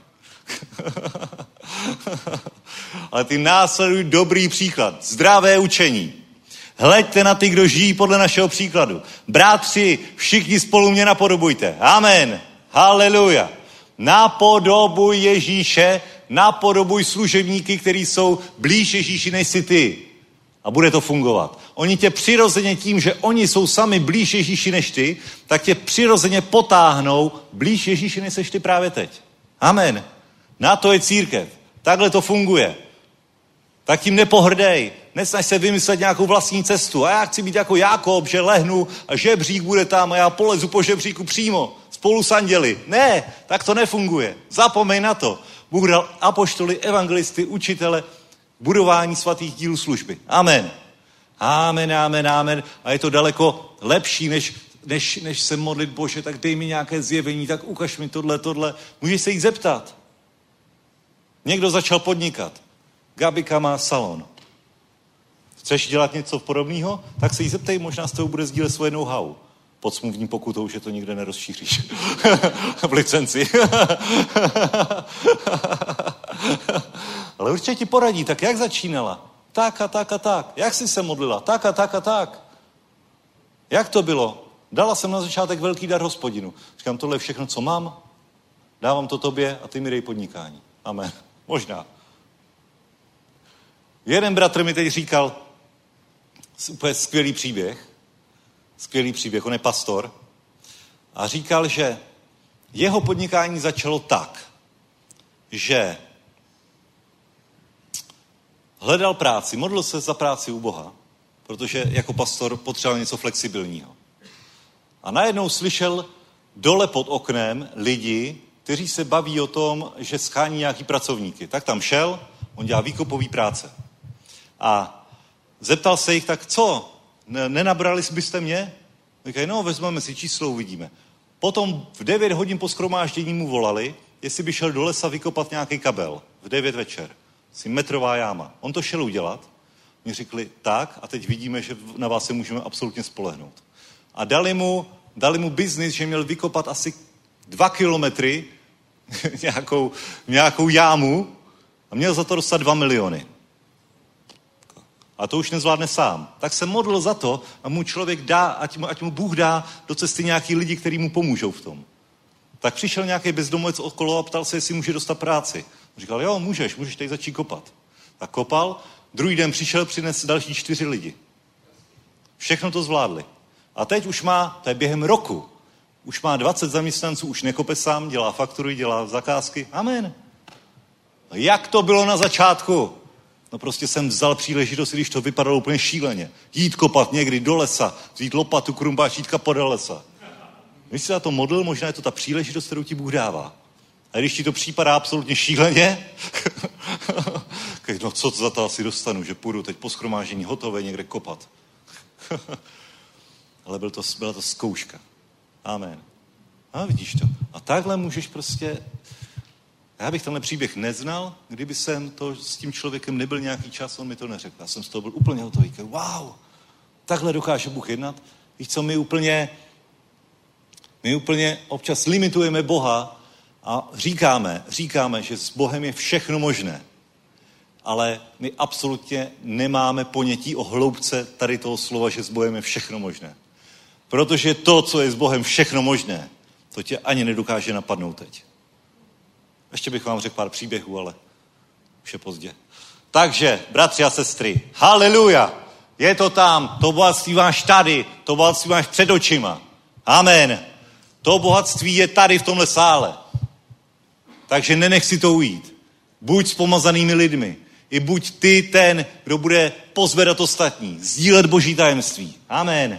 Ale ty následuj dobrý příklad, zdravé učení. Hleďte na ty, kdo žijí podle našeho příkladu. Bratři, všichni spolu mě napodobujte. Amen. Haleluja. Napodobuj Ježíše, napodobuj služebníky, kteří jsou blíž Ježíši než si ty. A bude to fungovat. Oni tě přirozeně tím, že oni jsou sami blíž Ježíši než ty, tak tě přirozeně potáhnou blíž Ježíši než seš ty právě teď. Amen. Na to je církev. Takhle to funguje. Tak tím nepohrdej. Nesnaž se vymyslet nějakou vlastní cestu. A já chci být jako Jákob, že lehnu a žebřík bude tam a já polezu po žebříku přímo. Spolu s anděli. Ne, tak to nefunguje. Zapomeň na to. Bůh dal apoštoly, evangelisty, učitele, budování svatých dílů služby. Amen. Amen, amen, amen. A je to daleko lepší, než se modlit, Bože, tak dej mi nějaké zjevení, tak ukaž mi tohle. Můžeš se jich zeptat. Někdo začal podnikat. Gabika má salon. Chceš dělat něco podobného? Tak se jí zeptej, možná s tebou bude sdílet svoje know-how. Pod smluvní pokutou, že to nikde nerozšíříš. V licenci. Ale určitě ti poradí, tak jak začínala? Tak a tak a tak. Jak jsi se modlila? Tak a tak a tak. Jak to bylo? Dala jsem na začátek velký dar Hospodinu. Říkám, tohle je všechno, co mám. Dávám to tobě a ty mi dej podnikání. Amen. Možná. Jeden bratr mi teď říkal úplně skvělý příběh, on je pastor, a říkal, že jeho podnikání začalo tak, že hledal práci, modlil se za práci u Boha, protože jako pastor potřeboval něco flexibilního. A najednou slyšel dole pod oknem lidi, kteří se baví o tom, že schání nějaký pracovníky. Tak tam šel, on dělá výkopový práce. A zeptal se jich, tak co? Nenabrali byste mě? Říkají, no, vezmeme si číslo, uvidíme. Potom v 9 hodin po shromáždění mu volali, jestli by šel do lesa vykopat nějaký kabel. V 9 večer. Asi metrová jáma. On to šel udělat. Oni řekli, tak, a teď vidíme, že na vás se můžeme absolutně spolehnout. A dali mu biznis, že měl vykopat asi 2 kilometry nějakou jámu a měl za to dostat 2 miliony. A to už nezvládne sám. Tak se modlil za to a mu člověk dá, ať mu Bůh dá do cesty nějaký lidi, kteří mu pomůžou v tom. Tak přišel nějaký bezdomovec okolo a ptal se, jestli může dostat práci. On říkal, jo, můžeš tady začít kopat. Tak kopal Druhý den přišel, přinesl další 4 lidi. Všechno to zvládli. A teď už má, to je během roku, už má 20 zaměstnanců, už nekope sám, dělá faktury, dělá zakázky. Amen. A jak to bylo na začátku? No prostě jsem vzal příležitost, když to vypadalo úplně šíleně. Jít kopat někdy do lesa, vzít lopatu, krumpáč, jít kapat do lesa. Když jsi za to modlil, možná je to ta příležitost, kterou ti Bůh dává. A když ti to připadá absolutně šíleně, no co za to asi dostanu, že půjdu teď po shromáždění hotové někde kopat. Ale byla to zkouška. Amen. A vidíš to. A takhle můžeš prostě... Já bych tenhle příběh neznal, kdyby jsem to s tím člověkem nebyl nějaký čas, on mi to neřekl. Já jsem z toho byl úplně hotový. Wow, takhle dokáže Bůh jednat. Víš co, my úplně občas limitujeme Boha a říkáme, že s Bohem je všechno možné. Ale my absolutně nemáme ponětí o hloubce tady toho slova, že s Bohem je všechno možné. Protože to, co je s Bohem všechno možné, to tě ani nedokáže napadnout teď. Ještě bych vám řekl pár příběhů, ale už je pozdě. Takže, bratři a sestry, haleluja, je to tam, to bohatství máš tady, to bohatství máš před očima. Amen. To bohatství je tady v tomhle sále. Takže nenech si to ujít. Buď s pomazanými lidmi. I buď ty ten, kdo bude pozvedat ostatní, sdílet boží tajemství. Amen.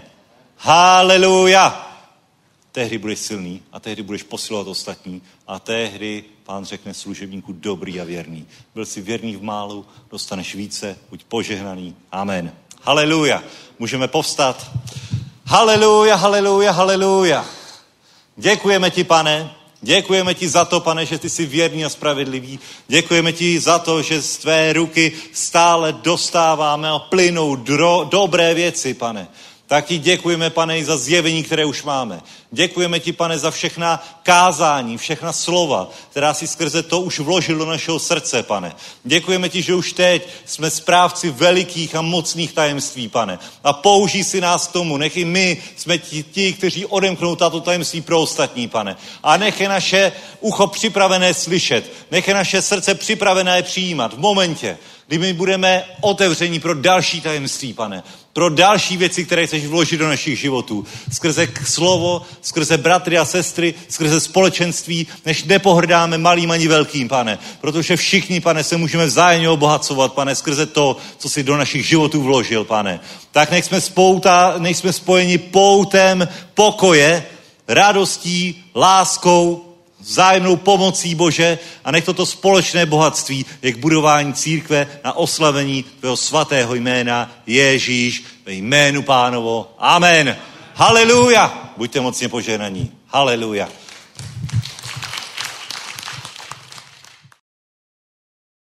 Haleluja. Tehdy budeš silný a tehdy budeš posilovat ostatní a tehdy Pán řekne služebníku dobrý a věrný. Byl jsi věrný v málu, dostaneš více, buď požehnaný. Amen. Haleluja. Můžeme povstat. Haleluja, haleluja, haleluja. Děkujeme ti, Pane. Děkujeme ti za to, Pane, že ty jsi věrný a spravedlivý. Děkujeme ti za to, že z tvé ruky stále dostáváme a plynou dobré věci, Pane. Tak ti děkujeme, Pane, i za zjevení, které už máme. Děkujeme ti, Pane, za všechna kázání, všechna slova, která si skrze to už vložil do našeho srdce, Pane. Děkujeme ti, že už teď jsme správci velikých a mocných tajemství, Pane. A použij si nás k tomu. Nech i my jsme ti, kteří odemknou tato tajemství pro ostatní, Pane. A nech je naše ucho připravené slyšet. Nech je naše srdce připravené přijímat v momentě, kdy my budeme otevření pro další tajemství, Pane. Pro další věci, které chceš vložit do našich životů. Skrze slovo, skrze bratry a sestry, skrze společenství, než nepohrdáme malým ani velkým, Pane. Protože všichni, Pane, se můžeme vzájemně obohacovat, Pane, skrze to, co jsi do našich životů vložil, Pane. Tak nech jsme spojeni poutem pokoje, radostí, láskou, vzájemnou pomocí, Bože, a nech toto společné bohatství je k budování církve na oslavení tvého svatého jména Ježíš ve jménu Pánovo. Amen. Haleluja. Buďte mocně požehnaní. Haleluja.